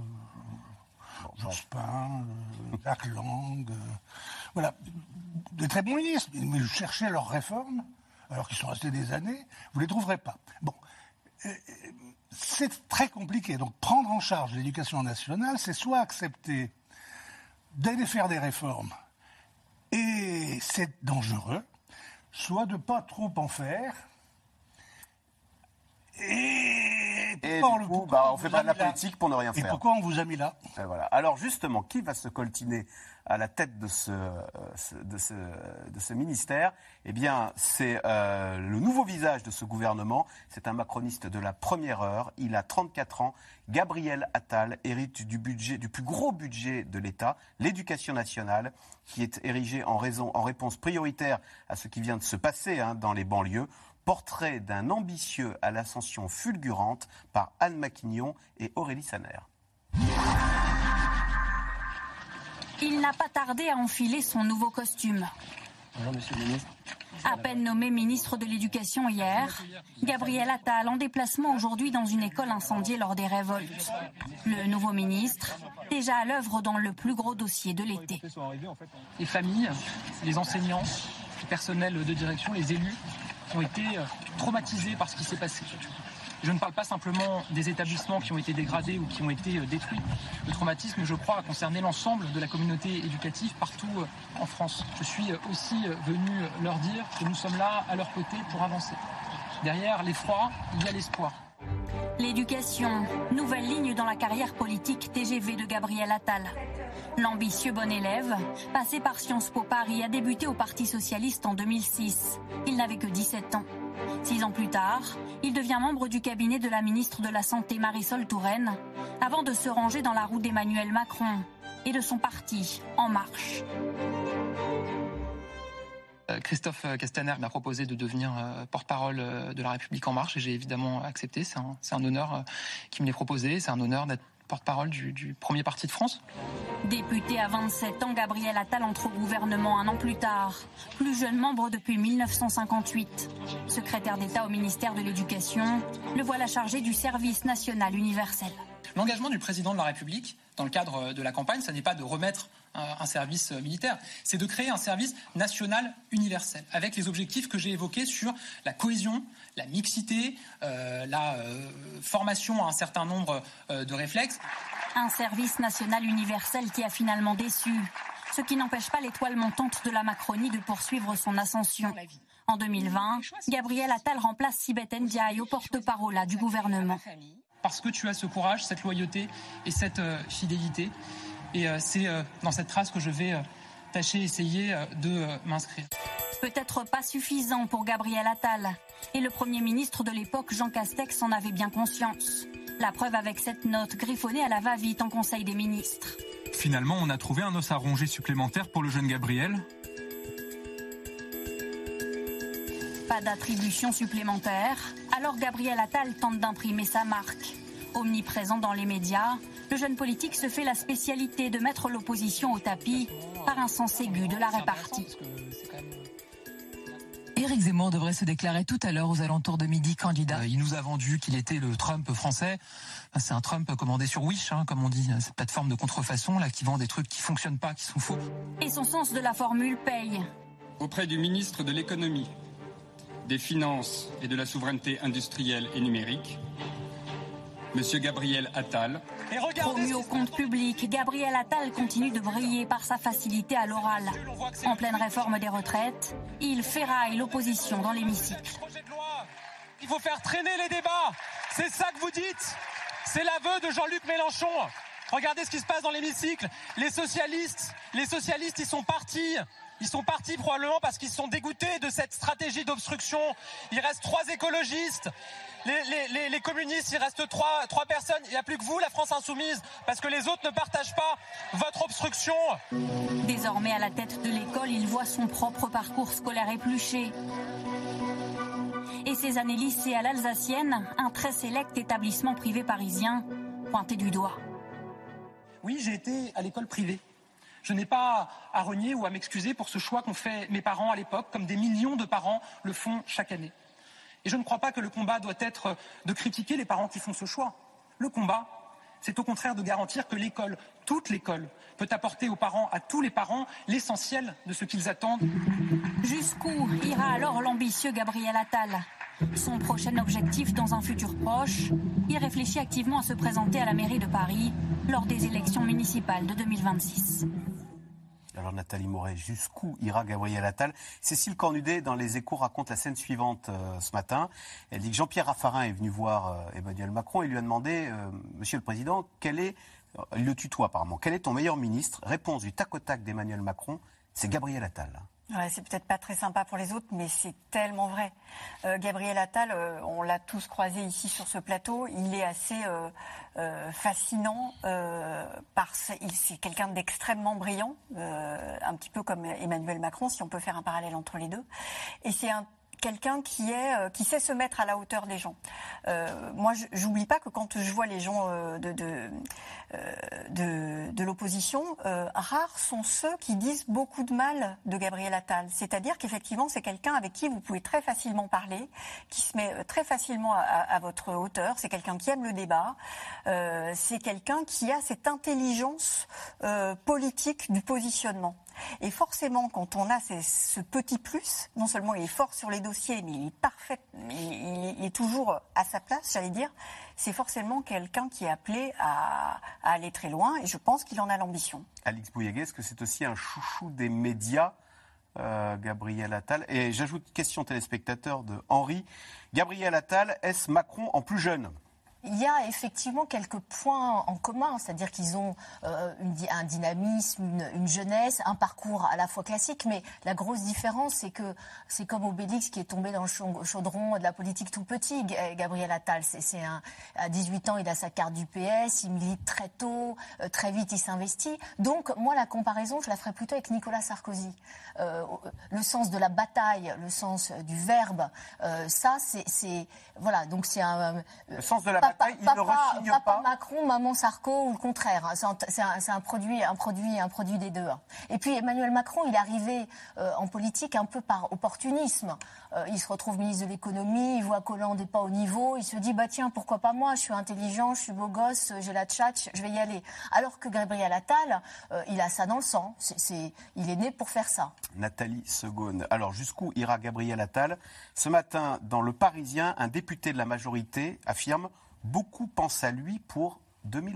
Speaker 3: Jospin, Jacques Lang. Voilà. Des très bons ministres. Mais cherchez leurs réformes, alors qu'ils sont restés des années, vous ne les trouverez pas. Bon. C'est très compliqué. Donc, prendre en charge l'éducation nationale, c'est soit accepter d'aller faire des réformes, et c'est dangereux, soit de ne pas trop en faire. Et
Speaker 2: du coup, on fait pas de la politique pour ne rien faire.
Speaker 3: Et pourquoi on vous a mis là?
Speaker 2: Et voilà. Alors justement, qui va se coltiner à la tête de ce ministère? Eh bien, c'est le nouveau visage de ce gouvernement. C'est un macroniste de la première heure. Il a 34 ans. Gabriel Attal hérite du plus gros budget de l'État, l'éducation nationale, qui est érigée en réponse prioritaire à ce qui vient de se passer dans les banlieues. Portrait d'un ambitieux à l'ascension fulgurante par Anne Maquignon et Aurélie Saner.
Speaker 13: Il n'a pas tardé à enfiler son nouveau costume.
Speaker 14: Bonjour, monsieur le ministre.
Speaker 13: À peine nommé ministre de l'Éducation hier, Gabriel Attal en déplacement aujourd'hui dans une école incendiée lors des révoltes. Le nouveau ministre, déjà à l'œuvre dans le plus gros dossier de l'été.
Speaker 14: Les familles, les enseignants, le personnel de direction, les élus ont été traumatisés par ce qui s'est passé. Je ne parle pas simplement des établissements qui ont été dégradés ou qui ont été détruits. Le traumatisme, je crois, a concerné l'ensemble de la communauté éducative partout en France. Je suis aussi venu leur dire que nous sommes là à leur côté pour avancer. Derrière l'effroi, il y a l'espoir.
Speaker 13: L'éducation, nouvelle ligne dans la carrière politique TGV de Gabriel Attal. L'ambitieux bon élève, passé par Sciences Po Paris, a débuté au Parti socialiste en 2006. Il n'avait que 17 ans. 6 ans plus tard, il devient membre du cabinet de la ministre de la Santé Marisol Touraine, avant de se ranger dans la roue d'Emmanuel Macron et de son parti En Marche.
Speaker 14: Christophe Castaner m'a proposé de devenir porte-parole de La République En Marche et j'ai évidemment accepté. C'est un honneur qui me l'est proposé. C'est un honneur d'être porte-parole du premier parti de France.
Speaker 13: Député à 27 ans, Gabriel Attal entre au gouvernement un an plus tard. Plus jeune membre depuis 1958. Secrétaire d'État au ministère de l'Éducation, le voilà chargé du service national universel.
Speaker 14: L'engagement du président de la République, dans le cadre de la campagne, ça n'est pas de remettre un service militaire, c'est de créer un service national universel, avec les objectifs que j'ai évoqués sur la cohésion, la mixité, la formation à un certain nombre de réflexes.
Speaker 13: Un service national universel qui a finalement déçu, ce qui n'empêche pas l'étoile montante de la Macronie de poursuivre son ascension. En 2020, Gabriel Attal remplace Sibeth Ndiaye au porte-parole du gouvernement.
Speaker 14: Parce que tu as ce courage, cette loyauté et cette fidélité. Et c'est dans cette trace que je vais essayer de m'inscrire.
Speaker 13: Peut-être pas suffisant pour Gabriel Attal. Et le Premier ministre de l'époque, Jean Castex, en avait bien conscience. La preuve avec cette note griffonnée à la va-vite en Conseil des ministres.
Speaker 12: Finalement, on a trouvé un os à ronger supplémentaire pour le jeune Gabriel.
Speaker 13: Pas d'attribution supplémentaire, alors Gabriel Attal tente d'imprimer sa marque. Omniprésent dans les médias, le jeune politique se fait la spécialité de mettre l'opposition au tapis par un sens aigu de la répartie.
Speaker 15: Éric Zemmour devrait se déclarer tout à l'heure aux alentours de midi candidat.
Speaker 16: Il nous a vendu qu'il était le Trump français. C'est un Trump commandé sur Wish, comme on dit, cette plateforme de contrefaçon là qui vend des trucs qui fonctionnent pas, qui sont faux.
Speaker 13: Et son sens de la formule paye.
Speaker 17: Auprès du ministre de l'économie, des finances et de la souveraineté industrielle et numérique, Monsieur Gabriel Attal.
Speaker 13: Promu au compte public, Gabriel Attal continue de briller par sa facilité à l'oral. En pleine réforme des retraites, il ferraille l'opposition dans l'hémicycle.
Speaker 18: Il faut faire traîner les débats. C'est ça que vous dites. C'est l'aveu de Jean-Luc Mélenchon. Regardez ce qui se passe dans l'hémicycle. Les socialistes, ils sont partis. Ils sont partis probablement parce qu'ils sont dégoûtés de cette stratégie d'obstruction. Il reste 3 écologistes. Les communistes, il reste 3 personnes. Il n'y a plus que vous, la France insoumise, parce que les autres ne partagent pas votre obstruction.
Speaker 13: Désormais à la tête de l'école, il voit son propre parcours scolaire épluché. Et ses années lycée à l'Alsacienne, un très sélect établissement privé parisien, pointé du doigt.
Speaker 14: Oui, j'ai été à l'école privée. Je n'ai pas à renier ou à m'excuser pour ce choix qu'ont fait mes parents à l'époque, comme des millions de parents le font chaque année. Et je ne crois pas que le combat doit être de critiquer les parents qui font ce choix. Le combat, c'est au contraire de garantir que l'école, toute l'école, peut apporter aux parents, à tous les parents, l'essentiel de ce qu'ils attendent.
Speaker 13: Jusqu'où ira alors l'ambitieux Gabriel Attal ? Son prochain objectif dans un futur proche, il réfléchit activement à se présenter à la mairie de Paris lors des élections municipales de 2026.
Speaker 2: Alors Nathalie Moret, jusqu'où ira Gabriel Attal ? Cécile Cornudet, dans Les Échos, raconte la scène suivante ce matin. Elle dit que Jean-Pierre Raffarin est venu voir Emmanuel Macron et lui a demandé, Monsieur le Président, il le tutoie apparemment, quel est ton meilleur ministre ? Réponse du tac au tac d'Emmanuel Macron, c'est Gabriel Attal.
Speaker 5: Ouais, c'est peut-être pas très sympa pour les autres, mais c'est tellement vrai. Gabriel Attal, on l'a tous croisé ici sur ce plateau, il est assez fascinant. C'est quelqu'un d'extrêmement brillant, un petit peu comme Emmanuel Macron, si on peut faire un parallèle entre les deux. Et c'est quelqu'un qui sait se mettre à la hauteur des gens. Moi, j'oublie pas que quand je vois les gens de l'opposition, rares sont ceux qui disent beaucoup de mal de Gabriel Attal. C'est-à-dire qu'effectivement, c'est quelqu'un avec qui vous pouvez très facilement parler, qui se met très facilement à votre hauteur. C'est quelqu'un qui aime le débat. C'est quelqu'un qui a cette intelligence politique du positionnement. Et forcément, quand on a ce petit plus, non seulement il est fort sur les dossiers, mais il est parfait, il est toujours à sa place, j'allais dire, c'est forcément quelqu'un qui est appelé à aller très loin, et je pense qu'il en a l'ambition.
Speaker 2: Alix Bouilléguez, est-ce que c'est aussi un chouchou des médias, Gabriel Attal? Et j'ajoute une question téléspectateur de Henri. Gabriel Attal, est-ce Macron en plus jeune?
Speaker 4: Il y a effectivement quelques points en commun, c'est-à-dire qu'ils ont un dynamisme, une jeunesse, un parcours à la fois classique, mais la grosse différence, c'est que c'est comme Obélix qui est tombé dans le chaudron de la politique tout petit, Gabriel Attal. À 18 ans, il a sa carte du PS, il milite très tôt, très vite il s'investit. Donc, moi, la comparaison, je la ferais plutôt avec Nicolas Sarkozy. Le sens de la bataille, le sens du verbe, ça, c'est... Voilà, donc c'est un...
Speaker 2: Le sens de la bataille, il ne rechigne pas.
Speaker 4: Papa Macron, maman Sarko, ou le contraire. C'est un produit des deux. Et puis Emmanuel Macron, il est arrivé en politique un peu par opportunisme. Il se retrouve ministre de l'économie, il voit qu'Hollande n'est pas au niveau, il se dit bah tiens, pourquoi pas moi, je suis intelligent, je suis beau gosse, j'ai la tchatch, je vais y aller. Alors que Gabriel Attal, il a ça dans le sang. Il est né pour faire ça.
Speaker 2: Nathalie Segonne. Alors jusqu'où ira Gabriel Attal? Ce matin, dans Le Parisien, un député de la majorité affirme « Beaucoup pensent à lui pour 2027 ».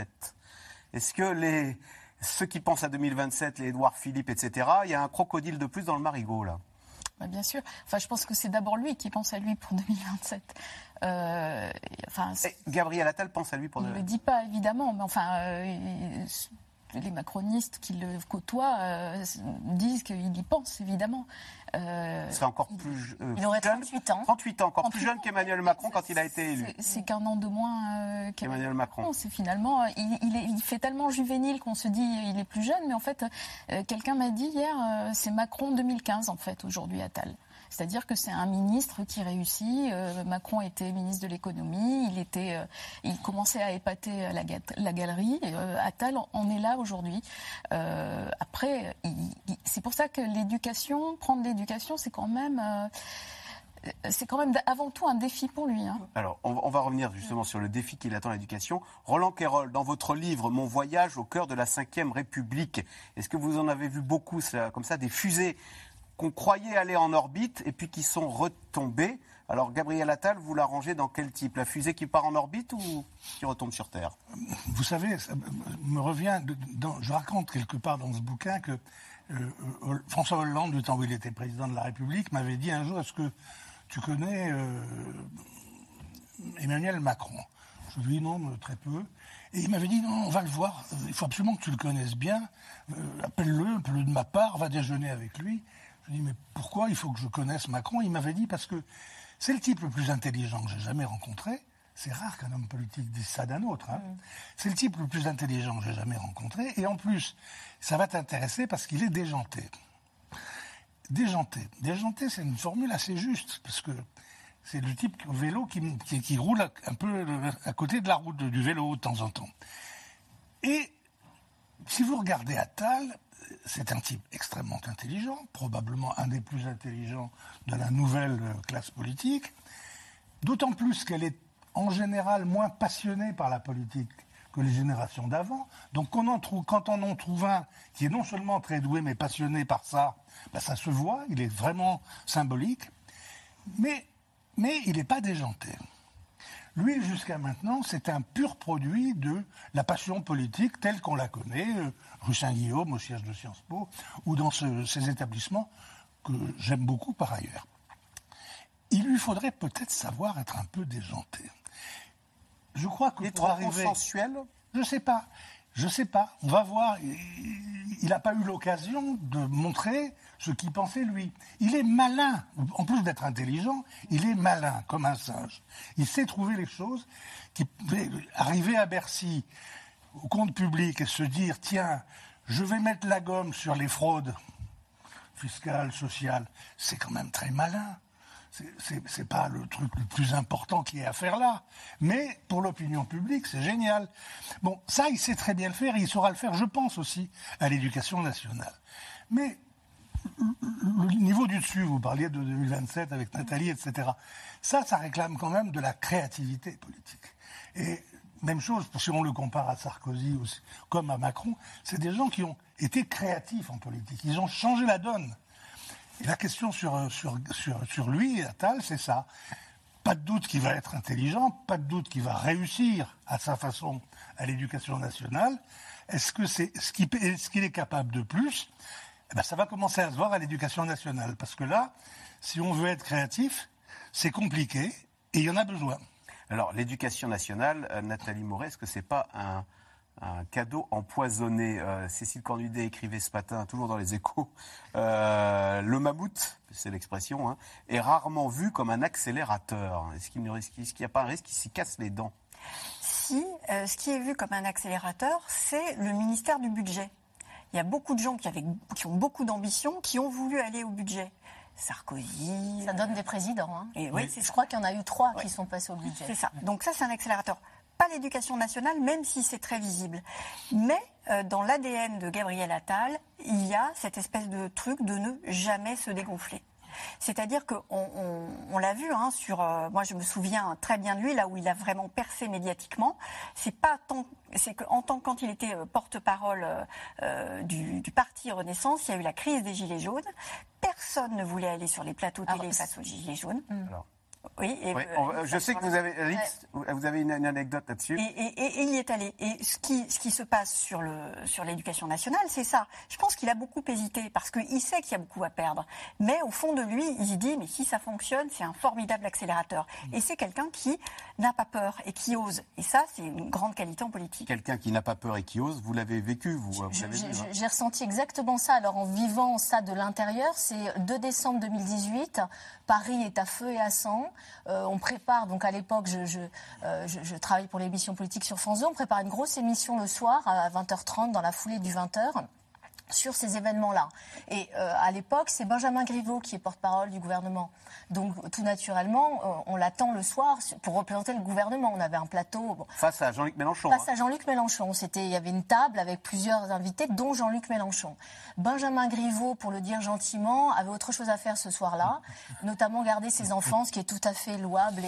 Speaker 2: Est-ce que ceux qui pensent à 2027, les Édouard Philippe, etc., il y a un crocodile de plus dans le marigot, là?
Speaker 6: Bien sûr. Enfin, je pense que c'est d'abord lui qui pense à lui pour 2027.
Speaker 2: Gabriel Attal pense à lui pour 2027.
Speaker 6: Il ne le dit pas, évidemment, mais enfin... les macronistes qui le côtoient disent qu'il y pense, évidemment.
Speaker 2: C'est encore plus
Speaker 4: il aurait 38 ans.
Speaker 2: 38 ans, encore plus jeune qu'Emmanuel Macron quand il a été élu.
Speaker 6: C'est qu'un an de moins
Speaker 2: qu'Emmanuel Macron.
Speaker 6: C'est finalement, il fait tellement juvénile qu'on se dit il est plus jeune, mais en fait, quelqu'un m'a dit hier, c'est Macron 2015 en fait, aujourd'hui Attal. C'est-à-dire que c'est un ministre qui réussit. Macron était ministre de l'économie, il commençait à épater la galerie. Attal en est là aujourd'hui. Après, c'est pour ça que prendre l'éducation, c'est quand même avant tout un défi pour lui. Hein.
Speaker 2: Alors, on va revenir justement sur le défi qu'il attend à l'éducation. Roland Quérol, dans votre livre « Mon voyage au cœur de la Ve République », est-ce que vous en avez vu beaucoup, comme ça, des fusées qu'on croyait aller en orbite et puis qui sont retombées? Alors, Gabriel Attal, vous la rangez dans quel type? La fusée qui part en orbite ou qui retombe sur Terre?
Speaker 3: Vous savez, ça me revient, je raconte quelque part dans ce bouquin que François Hollande, du temps où il était président de la République, m'avait dit un jour, est-ce que tu connais Emmanuel Macron? Je lui ai dit non, très peu. Et il m'avait dit, non, on va le voir, il faut absolument que tu le connaisses bien, appelle-le de ma part, va déjeuner avec lui. Je lui ai dit, mais pourquoi il faut que je connaisse Macron? Il m'avait dit, parce que c'est le type le plus intelligent que j'ai jamais rencontré. C'est rare qu'un homme politique dise ça d'un autre. Hein. C'est le type le plus intelligent que j'ai jamais rencontré. Et en plus, ça va t'intéresser parce qu'il est déjanté. Déjanté, c'est une formule assez juste, parce que c'est le type au vélo qui roule un peu à côté de la route du vélo de temps en temps. Et si vous regardez Attal, c'est un type extrêmement intelligent, probablement un des plus intelligents de la nouvelle classe politique, d'autant plus qu'elle est en général moins passionnée par la politique que les générations d'avant. Donc quand on en trouve un qui est non seulement très doué mais passionné par ça, ben ça se voit, il est vraiment symbolique, mais il n'est pas déjanté. Lui, jusqu'à maintenant, c'est un pur produit de la passion politique telle qu'on la connaît, rue Saint-Guillaume, au siège de Sciences Po, ou dans ces établissements que j'aime beaucoup par ailleurs. Il lui faudrait peut-être savoir être un peu déjanté. Je crois que pour arriver...
Speaker 2: consensuel ?
Speaker 3: Je sais pas. On va voir. Il n'a pas eu l'occasion de montrer ce qu'il pensait lui. Il est malin. En plus d'être intelligent, il est malin, comme un singe. Il sait trouver les choses. Arriver à Bercy, au compte public, et se dire, tiens, je vais mettre la gomme sur les fraudes fiscales, sociales, c'est quand même très malin. C'est pas le truc le plus important qu'il y ait à faire là. Mais pour l'opinion publique, c'est génial. Bon, ça, il sait très bien le faire et il saura le faire, je pense aussi, à l'éducation nationale. Mais le niveau du dessus, vous parliez de 2027 avec Nathalie, etc. Ça réclame quand même de la créativité politique. Et même chose, si on le compare à Sarkozy aussi, comme à Macron, c'est des gens qui ont été créatifs en politique. Ils ont changé la donne. Et la question sur lui, Attal, c'est ça. Pas de doute qu'il va être intelligent, pas de doute qu'il va réussir à sa façon à l'éducation nationale. Est-ce qu'il est capable de plus ? Ça va commencer à se voir à l'éducation nationale. Parce que là, si on veut être créatif, c'est compliqué et il y en a besoin.
Speaker 2: Alors, l'éducation nationale, Nathalie Moret, est-ce que ce n'est pas un cadeau empoisonné? Cécile Cornudet écrivait ce matin, toujours dans les Échos, le mammouth, c'est l'expression, hein, est rarement vu comme un accélérateur. Est-ce qu'il n'y a pas un risque qu'il s'y casse les dents?
Speaker 5: Si, ce qui est vu comme un accélérateur, c'est le ministère du budget. Il y a beaucoup de gens qui ont beaucoup d'ambition, qui ont voulu aller au budget. Sarkozy...
Speaker 4: Ça donne des présidents. Hein.
Speaker 5: Et oui,
Speaker 4: je crois qu'il y en a eu 3 qui sont passés au budget.
Speaker 5: C'est ça. Donc ça, c'est un accélérateur. Pas l'éducation nationale, même si c'est très visible. Mais dans l'ADN de Gabriel Attal, il y a cette espèce de truc de ne jamais se dégonfler. C'est-à-dire qu'on l'a vu, hein, moi je me souviens très bien de lui, là où il a vraiment percé médiatiquement. C'est quand il était porte-parole du parti Renaissance, il y a eu la crise des Gilets jaunes. Personne ne voulait aller sur les plateaux télé face aux Gilets jaunes.
Speaker 2: Alors.
Speaker 5: Oui,
Speaker 2: je sais que vous avez une anecdote là-dessus.
Speaker 5: Et il y est allé. Et ce qui se passe sur l'éducation nationale, c'est ça. Je pense qu'il a beaucoup hésité parce qu'il sait qu'il y a beaucoup à perdre. Mais au fond de lui, il se dit, mais si ça fonctionne, c'est un formidable accélérateur. Et c'est quelqu'un qui n'a pas peur et qui ose. Et ça, c'est une grande qualité en politique.
Speaker 2: Quelqu'un qui n'a pas peur et qui ose, vous l'avez vécu, vous l'avez vu.
Speaker 4: J'ai ressenti exactement ça. Alors en vivant ça de l'intérieur, c'est 2 décembre 2018, Paris est à feu et à sang. On prépare, donc à l'époque, je travaille pour l'émission politique sur France 2, on prépare une grosse émission le soir à 20h30 dans la foulée du 20h sur ces événements-là. Et à l'époque, c'est Benjamin Griveaux qui est porte-parole du gouvernement. Donc tout naturellement, on l'attend le soir pour représenter le gouvernement. On avait un plateau... Bon,
Speaker 2: face à Jean-Luc Mélenchon.
Speaker 4: Face à Jean-Luc Mélenchon. Il y avait une table avec plusieurs invités, dont Jean-Luc Mélenchon. Benjamin Griveaux, pour le dire gentiment, avait autre chose à faire ce soir-là, notamment garder ses enfants, ce qui est tout à fait louable.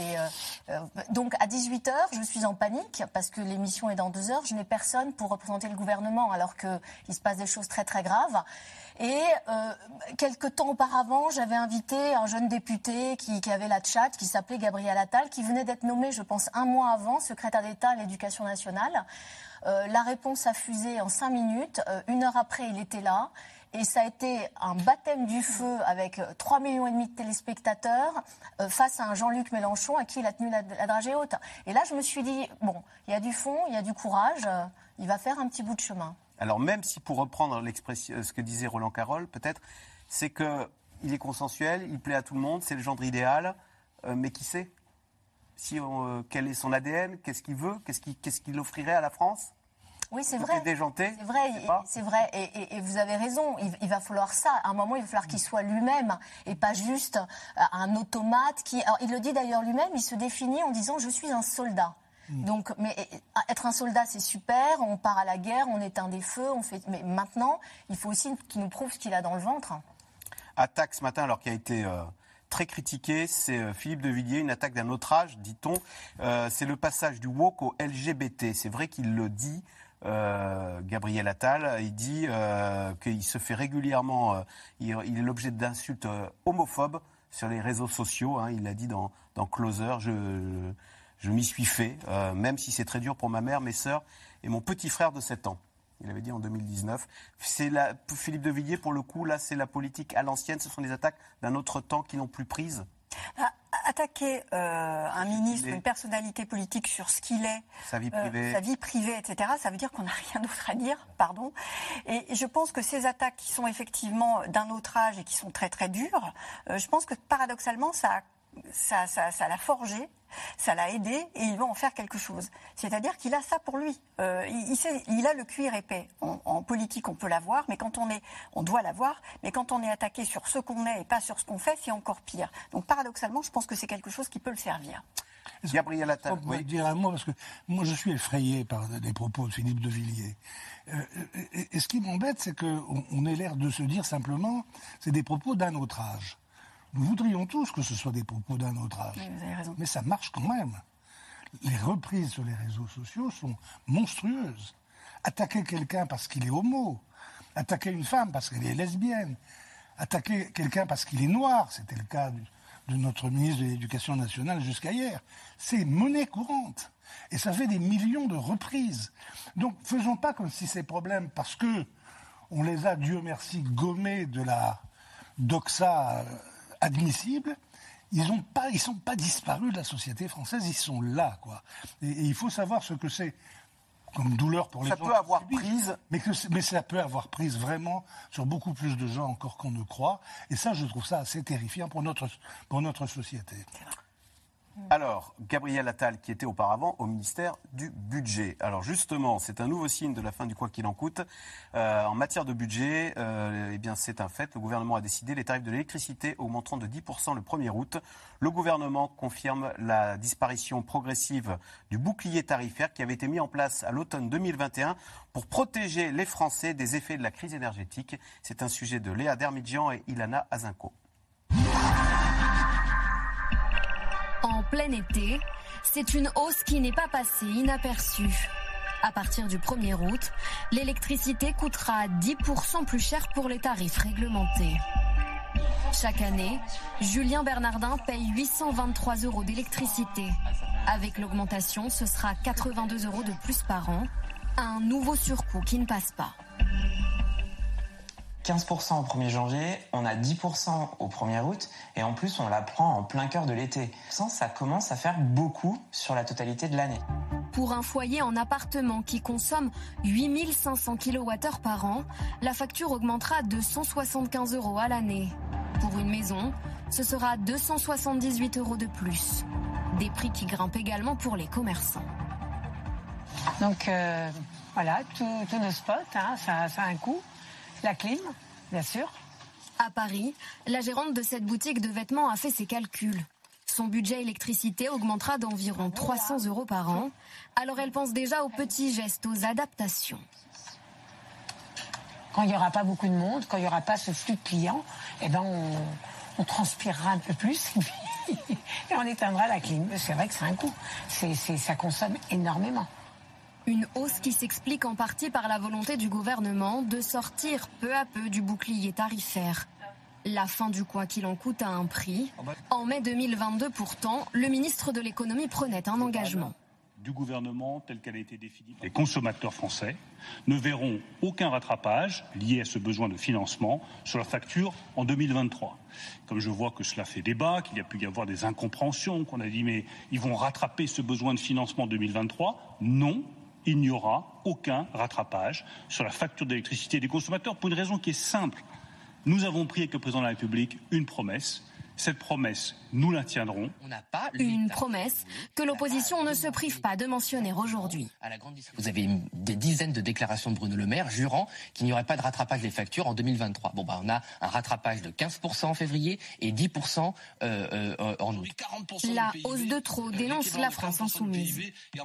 Speaker 4: Donc à 18h, je suis en panique, parce que l'émission est dans 2 heures, je n'ai personne pour représenter le gouvernement, alors qu'il se passe des choses très très graves. Et quelques temps auparavant, j'avais invité un jeune député qui avait la tchatche, qui s'appelait Gabriel Attal, qui venait d'être nommé, je pense, 1 mois avant, secrétaire d'État à l'Éducation nationale. La réponse a fusé en 5 minutes. 1 heure après, il était là. Et ça a été un baptême du feu avec 3,5 millions de téléspectateurs face à un Jean-Luc Mélenchon à qui il a tenu la dragée haute. Et là, je me suis dit, bon, il y a du fond, il y a du courage, il va faire un petit bout de chemin.
Speaker 2: Alors même si, pour reprendre l'expression, ce que disait Roland Carroll, peut-être, c'est qu'il est consensuel, il plaît à tout le monde, c'est le gendre idéal, mais qui sait quel est son ADN, qu'est-ce qu'il veut, qu'est-ce qu'il offrirait à la France?
Speaker 4: Oui, c'est vrai.
Speaker 2: Déjanté.
Speaker 4: C'est vrai. Et vous avez raison. Il va falloir ça. À un moment, il va falloir qu'il soit lui-même et pas juste un automate qui. Alors, il le dit d'ailleurs lui-même. Il se définit en disant je suis un soldat. Donc, mais être un soldat, c'est super. On part à la guerre, on éteint des feux, mais maintenant, il faut aussi qu'il nous prouve ce qu'il a dans le ventre.
Speaker 2: Attaque ce matin, alors qui a été très critiqué, c'est Philippe de Villiers, une attaque d'un autre âge, dit-on. C'est le passage du woke au LGBT. C'est vrai qu'il le dit. Gabriel Attal, il dit qu'il se fait régulièrement, il est l'objet d'insultes homophobes sur les réseaux sociaux. Hein, il l'a dit dans Closer. Je m'y suis fait, même si c'est très dur pour ma mère, mes sœurs et mon petit frère de 7 ans. Il avait dit en 2019. Philippe de Villiers, pour le coup, là, c'est la politique à l'ancienne. Ce sont des attaques d'un autre temps qui n'ont plus prise.
Speaker 5: Attaquer un ministre, une personnalité politique sur ce qu'il est,
Speaker 2: sa vie
Speaker 5: privée, etc., ça veut dire qu'on n'a rien d'autre à dire, pardon. Et je pense que ces attaques qui sont effectivement d'un autre âge et qui sont très très dures, je pense que paradoxalement, ça l'a forgé, ça l'a aidé et il va en faire quelque chose. C'est-à-dire qu'il a ça pour lui. Il a le cuir épais. En politique, on peut l'avoir, mais on doit l'avoir. Mais quand on est attaqué sur ce qu'on est et pas sur ce qu'on fait, c'est encore pire. Donc paradoxalement, je pense que c'est quelque chose qui peut le servir.
Speaker 2: Gabriel Attal,
Speaker 3: je peux dire un mot, parce que moi je suis effrayé par les propos de Philippe de Villiers. Et ce qui m'embête, c'est qu'on ait l'air de se dire simplement, c'est des propos d'un autre âge. Nous voudrions tous que ce soit des propos d'un autre âge.
Speaker 5: Oui, vous avez raison.
Speaker 3: Mais ça marche quand même. Les reprises sur les réseaux sociaux sont monstrueuses. Attaquer quelqu'un parce qu'il est homo, attaquer une femme parce qu'elle est lesbienne, attaquer quelqu'un parce qu'il est noir, c'était le cas de notre ministre de l'Éducation nationale jusqu'à hier, c'est monnaie courante. Et ça fait des millions de reprises. Donc faisons pas comme si ces problèmes, parce que on les a, Dieu merci, gommés de la doxa admissible, ils sont pas disparus de la société française, ils sont là, quoi. Et il faut savoir ce que c'est comme douleur pour les gens.
Speaker 2: Ça peut avoir prise.
Speaker 3: Mais ça peut avoir prise vraiment sur beaucoup plus de gens encore qu'on ne croit. Et ça, je trouve ça assez terrifiant pour notre société.
Speaker 2: Alors, Gabriel Attal, qui était auparavant au ministère du Budget. Alors justement, c'est un nouveau signe de la fin du quoi qu'il en coûte. En matière de budget, eh bien c'est un fait. Le gouvernement a décidé les tarifs de l'électricité augmenteront de 10% le 1er août. Le gouvernement confirme la disparition progressive du bouclier tarifaire qui avait été mis en place à l'automne 2021 pour protéger les Français des effets de la crise énergétique. C'est un sujet de Léa Dermidjian et Ilana Azinko.
Speaker 19: En plein été, c'est une hausse qui n'est pas passée inaperçue. À partir du 1er août, l'électricité coûtera 10% plus cher pour les tarifs réglementés. Chaque année, Julien Bernardin paye 823 € d'électricité. Avec l'augmentation, ce sera 82 € de plus par an. Un nouveau surcoût qui ne passe pas.
Speaker 20: 15% au 1er janvier, on a 10% au 1er août, et en plus on la prend en plein cœur de l'été. Ça commence à faire beaucoup sur la totalité de l'année.
Speaker 19: Pour un foyer en appartement qui consomme 8500 kWh par an, la facture augmentera de 175 € à l'année. Pour une maison, ce sera 278 € de plus. Des prix qui grimpent également pour les commerçants.
Speaker 21: Donc voilà, tous nos spots, ça a un coût. La clim, bien sûr.
Speaker 19: À Paris, la gérante de cette boutique de vêtements a fait ses calculs. Son budget électricité augmentera d'environ 300 € par an. Alors elle pense déjà aux petits gestes, aux adaptations.
Speaker 21: Quand il n'y aura pas beaucoup de monde, quand il n'y aura pas ce flux de clients, eh ben on transpirera un peu plus et on éteindra la clim. C'est vrai que c'est un coût. Ça consomme énormément.
Speaker 19: Une hausse qui s'explique en partie par la volonté du gouvernement de sortir peu à peu du bouclier tarifaire. La fin du quoi qu'il en coûte a un prix. En mai 2022, pourtant, le ministre de l'économie prenait un engagement.
Speaker 22: Du gouvernement tel qu'elle a été définie. Les consommateurs français ne verront aucun rattrapage lié à ce besoin de financement sur la facture en 2023. Comme je vois que cela fait débat, qu'il y a pu y avoir des incompréhensions, qu'on a dit mais ils vont rattraper ce besoin de financement en 2023, non. Il n'y aura aucun rattrapage sur la facture d'électricité des consommateurs pour une raison qui est simple. Nous avons pris avec le président de la République une promesse. Cette promesse, nous la tiendrons.
Speaker 19: Une promesse que l'opposition ne se prive pas de mentionner aujourd'hui.
Speaker 23: Vous avez des dizaines de déclarations de Bruno Le Maire jurant qu'il n'y aurait pas de rattrapage des factures en 2023. On a un rattrapage de 15% en février et 10% en août.
Speaker 19: La hausse de trop dénonce la France insoumise.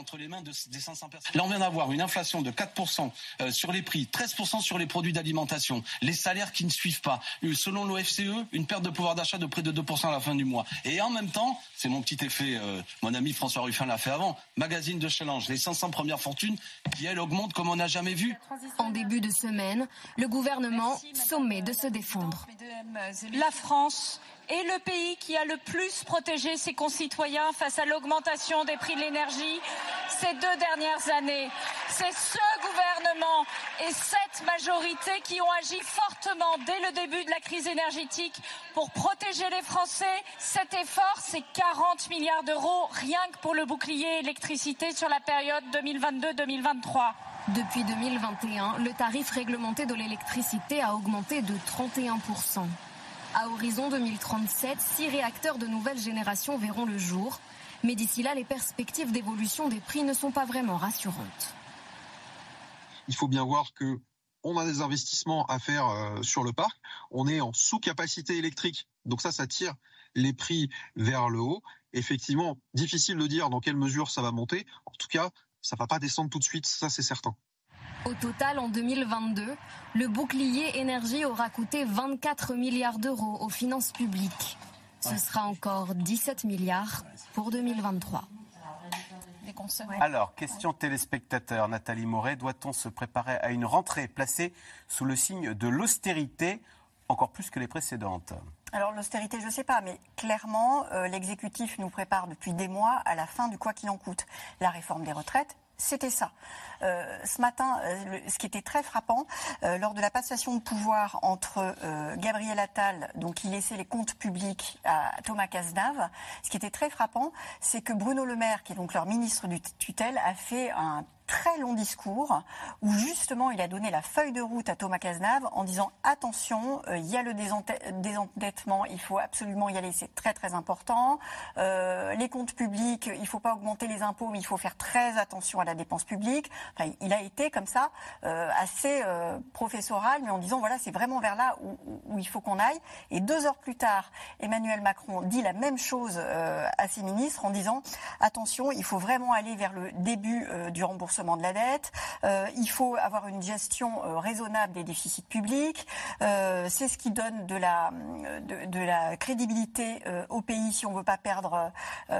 Speaker 24: Là, on vient d'avoir une inflation de 4% sur les prix, 13% sur les produits d'alimentation, les salaires qui ne suivent pas. Selon l'OFCE, une perte de pouvoir d'achat de près de 2% à la fin du mois. Et en même temps, c'est mon petit effet, mon ami François Ruffin l'a fait avant, magazine de challenge, les 500 premières fortunes qui, elles, augmentent comme on n'a jamais vu.
Speaker 19: En début de semaine, le gouvernement sommé de se défendre.
Speaker 25: La France est le pays qui a le plus protégé ses concitoyens face à l'augmentation des prix de l'énergie ces 2 dernières années. C'est ce gouvernement et cette majorité qui ont agi fortement dès le début de la crise énergétique pour protéger les Français. Cet effort, c'est 40 milliards d'euros rien que pour le bouclier électricité sur la période 2022-2023.
Speaker 19: Depuis 2021, le tarif réglementé de l'électricité a augmenté de 31%. À horizon 2037, 6 réacteurs de nouvelle génération verront le jour. Mais d'ici là, les perspectives d'évolution des prix ne sont pas vraiment rassurantes.
Speaker 26: Il faut bien voir qu'on a des investissements à faire sur le parc. On est en sous-capacité électrique. Donc ça tire les prix vers le haut. Effectivement, difficile de dire dans quelle mesure ça va monter. En tout cas, ça ne va pas descendre tout de suite, ça c'est certain.
Speaker 19: Au total, en 2022, le bouclier énergie aura coûté 24 milliards d'euros aux finances publiques. Ce sera encore 17 milliards pour 2023.
Speaker 6: des consommateurs.
Speaker 2: Alors, question téléspectateur, Nathalie Moret, doit-on se préparer à une rentrée placée sous le signe de l'austérité, encore plus que les précédentes ?
Speaker 5: Alors l'austérité, je ne sais pas, mais clairement, l'exécutif nous prépare depuis des mois à la fin du quoi qu'il en coûte. La réforme des retraites, c'était ça. Ce matin, ce qui était très frappant, lors de la passation de pouvoir entre Gabriel Attal, donc qui laissait les comptes publics à Thomas Cazenave, ce qui était très frappant, c'est que Bruno Le Maire, qui est donc leur ministre du tutelle, a fait un très long discours où justement il a donné la feuille de route à Thomas Cazenave en disant attention, il y a le désendettement, il faut absolument y aller, c'est très très important. Les comptes publics, il ne faut pas augmenter les impôts, mais il faut faire très attention à la dépense publique. Enfin, il a été comme ça assez professoral, mais en disant voilà, c'est vraiment vers là où il faut qu'on aille. Et 2 heures plus tard, Emmanuel Macron dit la même chose à ses ministres en disant attention, il faut vraiment aller vers le début du remboursement de la dette, il faut avoir une gestion raisonnable des déficits publics, c'est ce qui donne de la crédibilité au pays si on ne veut pas perdre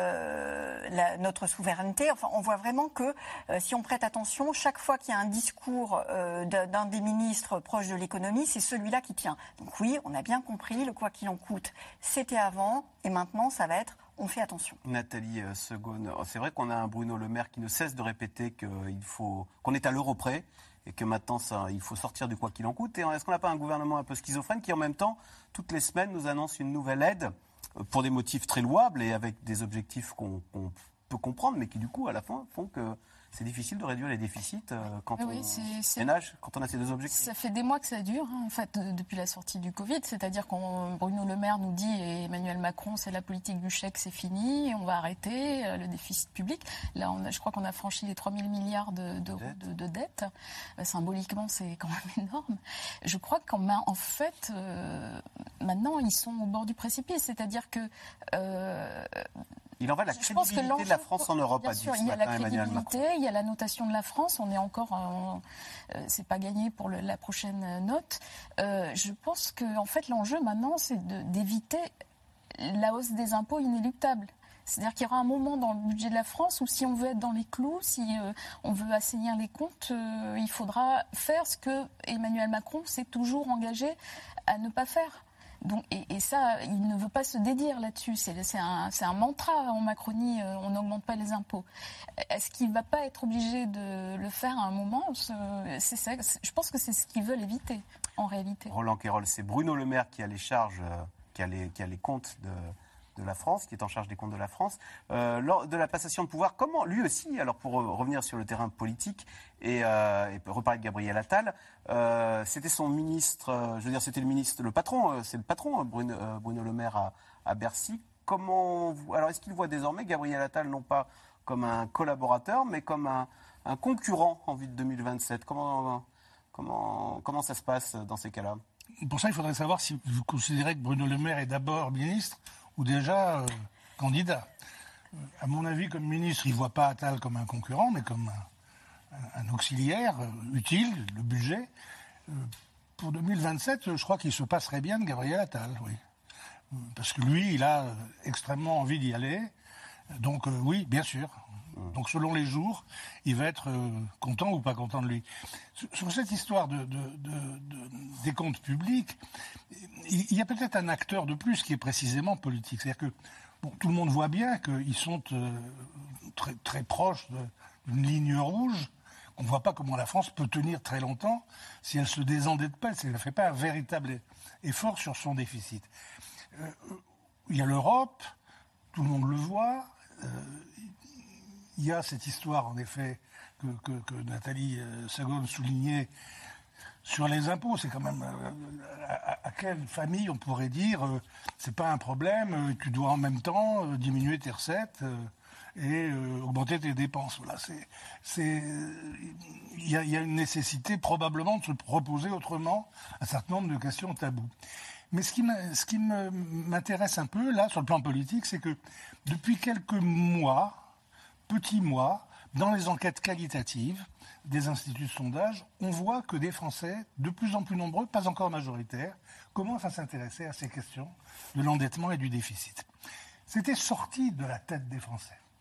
Speaker 5: notre souveraineté. Enfin, on voit vraiment que si on prête attention, chaque fois qu'il y a un discours d'un des ministres proches de l'économie, c'est celui-là qui tient. Donc oui, on a bien compris, le quoi qu'il en coûte, c'était avant, et maintenant ça va être on fait attention.
Speaker 2: Nathalie Segonne, c'est vrai qu'on a un Bruno Le Maire qui ne cesse de répéter qu'on est à l'euro près et que maintenant il faut sortir du quoi qu'il en coûte. Et est-ce qu'on n'a pas un gouvernement un peu schizophrène qui en même temps, toutes les semaines, nous annonce une nouvelle aide pour des motifs très louables et avec des objectifs qu'on peut comprendre, mais qui du coup à la fin font que c'est difficile de réduire les déficits quand on ménage, quand on a ces 2 objectifs.
Speaker 6: Ça fait des mois que ça dure, en fait, depuis la sortie du Covid. C'est-à-dire quand Bruno Le Maire nous dit, et Emmanuel Macron, c'est la politique du chèque, c'est fini, on va arrêter le déficit public. Là, je crois qu'on a franchi les 3 000 milliards d'euros de dette. Symboliquement, c'est quand même énorme. Je crois qu'en fait, maintenant, ils sont au bord du précipice. C'est-à-dire que...
Speaker 2: il en va de la crédibilité de la France en Europe,
Speaker 6: bien sûr, il y a la crédibilité, il y a la notation de la France. On est encore, c'est pas gagné pour la prochaine note. Je pense que en fait l'enjeu maintenant, c'est d'éviter la hausse des impôts inéluctable. C'est-à-dire qu'il y aura un moment dans le budget de la France où si on veut être dans les clous, si on veut assainir les comptes, il faudra faire ce que Emmanuel Macron s'est toujours engagé à ne pas faire. Donc, et ça, il ne veut pas se dédire là-dessus. C'est un mantra en Macronie, on n'augmente pas les impôts. Est-ce qu'il ne va pas être obligé de le faire à un moment ? C'est ça, je pense que c'est ce qu'ils veulent éviter, en réalité.
Speaker 2: Roland Quérol, c'est Bruno Le Maire qui a les charges, qui a les comptes de la France, qui est en charge des comptes de la France. Lors de la passation de pouvoir, comment, lui aussi, alors pour revenir sur le terrain politique et reparler de Gabriel Attal, c'était son ministre, je veux dire, c'était le patron, c'est le patron, Bruno Le Maire à Bercy. Alors est-ce qu'il voit désormais Gabriel Attal non pas comme un collaborateur, mais comme un concurrent en vue de 2027 ? Comment ça se passe dans ces cas-là ?
Speaker 3: Pour ça, il faudrait savoir si vous considérez que Bruno Le Maire est d'abord ministre ou déjà candidat. À mon avis, comme ministre, il ne voit pas Attal comme un concurrent, mais comme un auxiliaire utile, le budget. Pour 2027, je crois qu'il se passerait bien de Gabriel Attal, oui. Parce que lui, il a extrêmement envie d'y aller. Donc oui, bien sûr. Donc selon les jours, il va être content ou pas content de lui. Sur cette histoire des comptes publics, il y a peut-être un acteur de plus qui est précisément politique. C'est-à-dire que tout le monde voit bien qu'ils sont très, très proches d'une ligne rouge. On ne voit pas comment la France peut tenir très longtemps si elle ne se désendette pas, si elle ne fait pas un véritable effort sur son déficit. Il y a l'Europe, tout le monde le voit. Il y a cette histoire, en effet, que Nathalie Segonne soulignait sur les impôts. C'est quand même à quelle famille on pourrait dire c'est pas un problème, tu dois en même temps diminuer tes recettes et augmenter tes dépenses. Voilà, il y a une nécessité probablement de se reposer autrement un certain nombre de questions taboues. Mais ce qui m'intéresse un peu, là, sur le plan politique, c'est que depuis quelques mois, petits mois, dans les enquêtes qualitatives des instituts de sondage, on voit que des Français, de plus en plus nombreux, pas encore majoritaires, commencent à s'intéresser à ces questions de l'endettement et du déficit. C'était sorti de la tête des Français.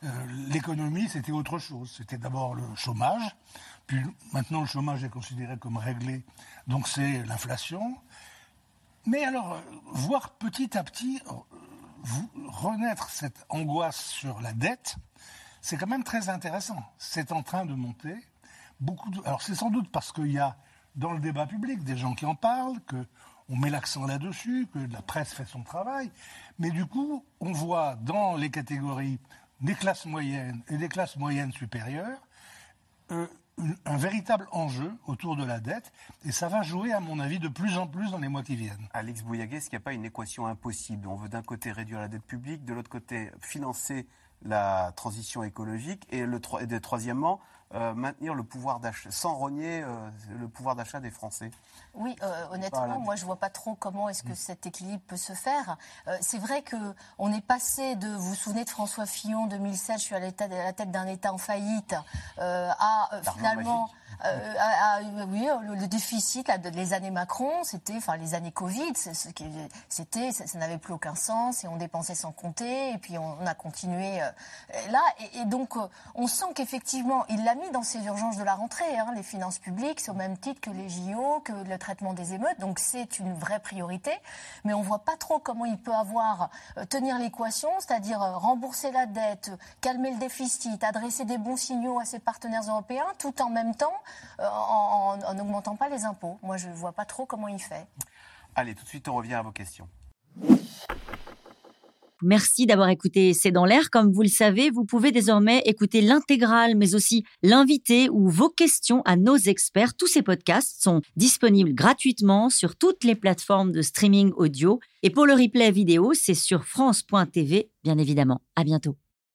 Speaker 3: l'économie, c'était autre chose. C'était d'abord le chômage, puis maintenant le chômage est considéré comme réglé, donc c'est l'inflation. Mais alors, voir petit à petit renaître cette angoisse sur la dette, c'est quand même très intéressant. C'est en train de monter. Alors c'est sans doute parce qu'il y a dans le débat public des gens qui en parlent, qu'on met l'accent là-dessus, que la presse fait son travail. Mais du coup, on voit dans les catégories des classes moyennes et des classes moyennes supérieures un véritable enjeu autour de la dette. Et ça va jouer, à mon avis, de plus en plus dans les mois qui viennent.
Speaker 2: Alex Bouillaguet, est-ce qu'il n'y a pas une équation impossible ? On veut d'un côté réduire la dette publique, de l'autre côté financer la transition écologique et troisièmement, maintenir le pouvoir d'achat, sans rogner le pouvoir d'achat des Français.
Speaker 4: Oui, honnêtement, moi je ne vois pas trop comment est-ce que cet équilibre peut se faire. C'est vrai qu'on est passé de, vous vous souvenez de François Fillon, 2007, je suis à la tête d'un État en faillite, à finalement... oui, le déficit les années Macron, c'était, enfin les années Covid, ça n'avait plus aucun sens et on dépensait sans compter et puis on a continué là et donc on sent qu'effectivement il l'a mis dans ses urgences de la rentrée, les finances publiques, c'est au même titre que les JO, que le traitement des émeutes, donc c'est une vraie priorité, mais on voit pas trop comment il peut tenir l'équation, c'est-à-dire rembourser la dette, calmer le déficit, adresser des bons signaux à ses partenaires européens, tout en même temps en n'augmentant pas les impôts. Moi, je ne vois pas trop comment il fait.
Speaker 2: Allez, tout de suite, on revient à vos questions.
Speaker 1: Merci d'avoir écouté C'est dans l'air. Comme vous le savez, vous pouvez désormais écouter l'intégrale, mais aussi l'invité ou vos questions à nos experts. Tous ces podcasts sont disponibles gratuitement sur toutes les plateformes de streaming audio. Et pour le replay vidéo, c'est sur France.tv, bien évidemment. À bientôt.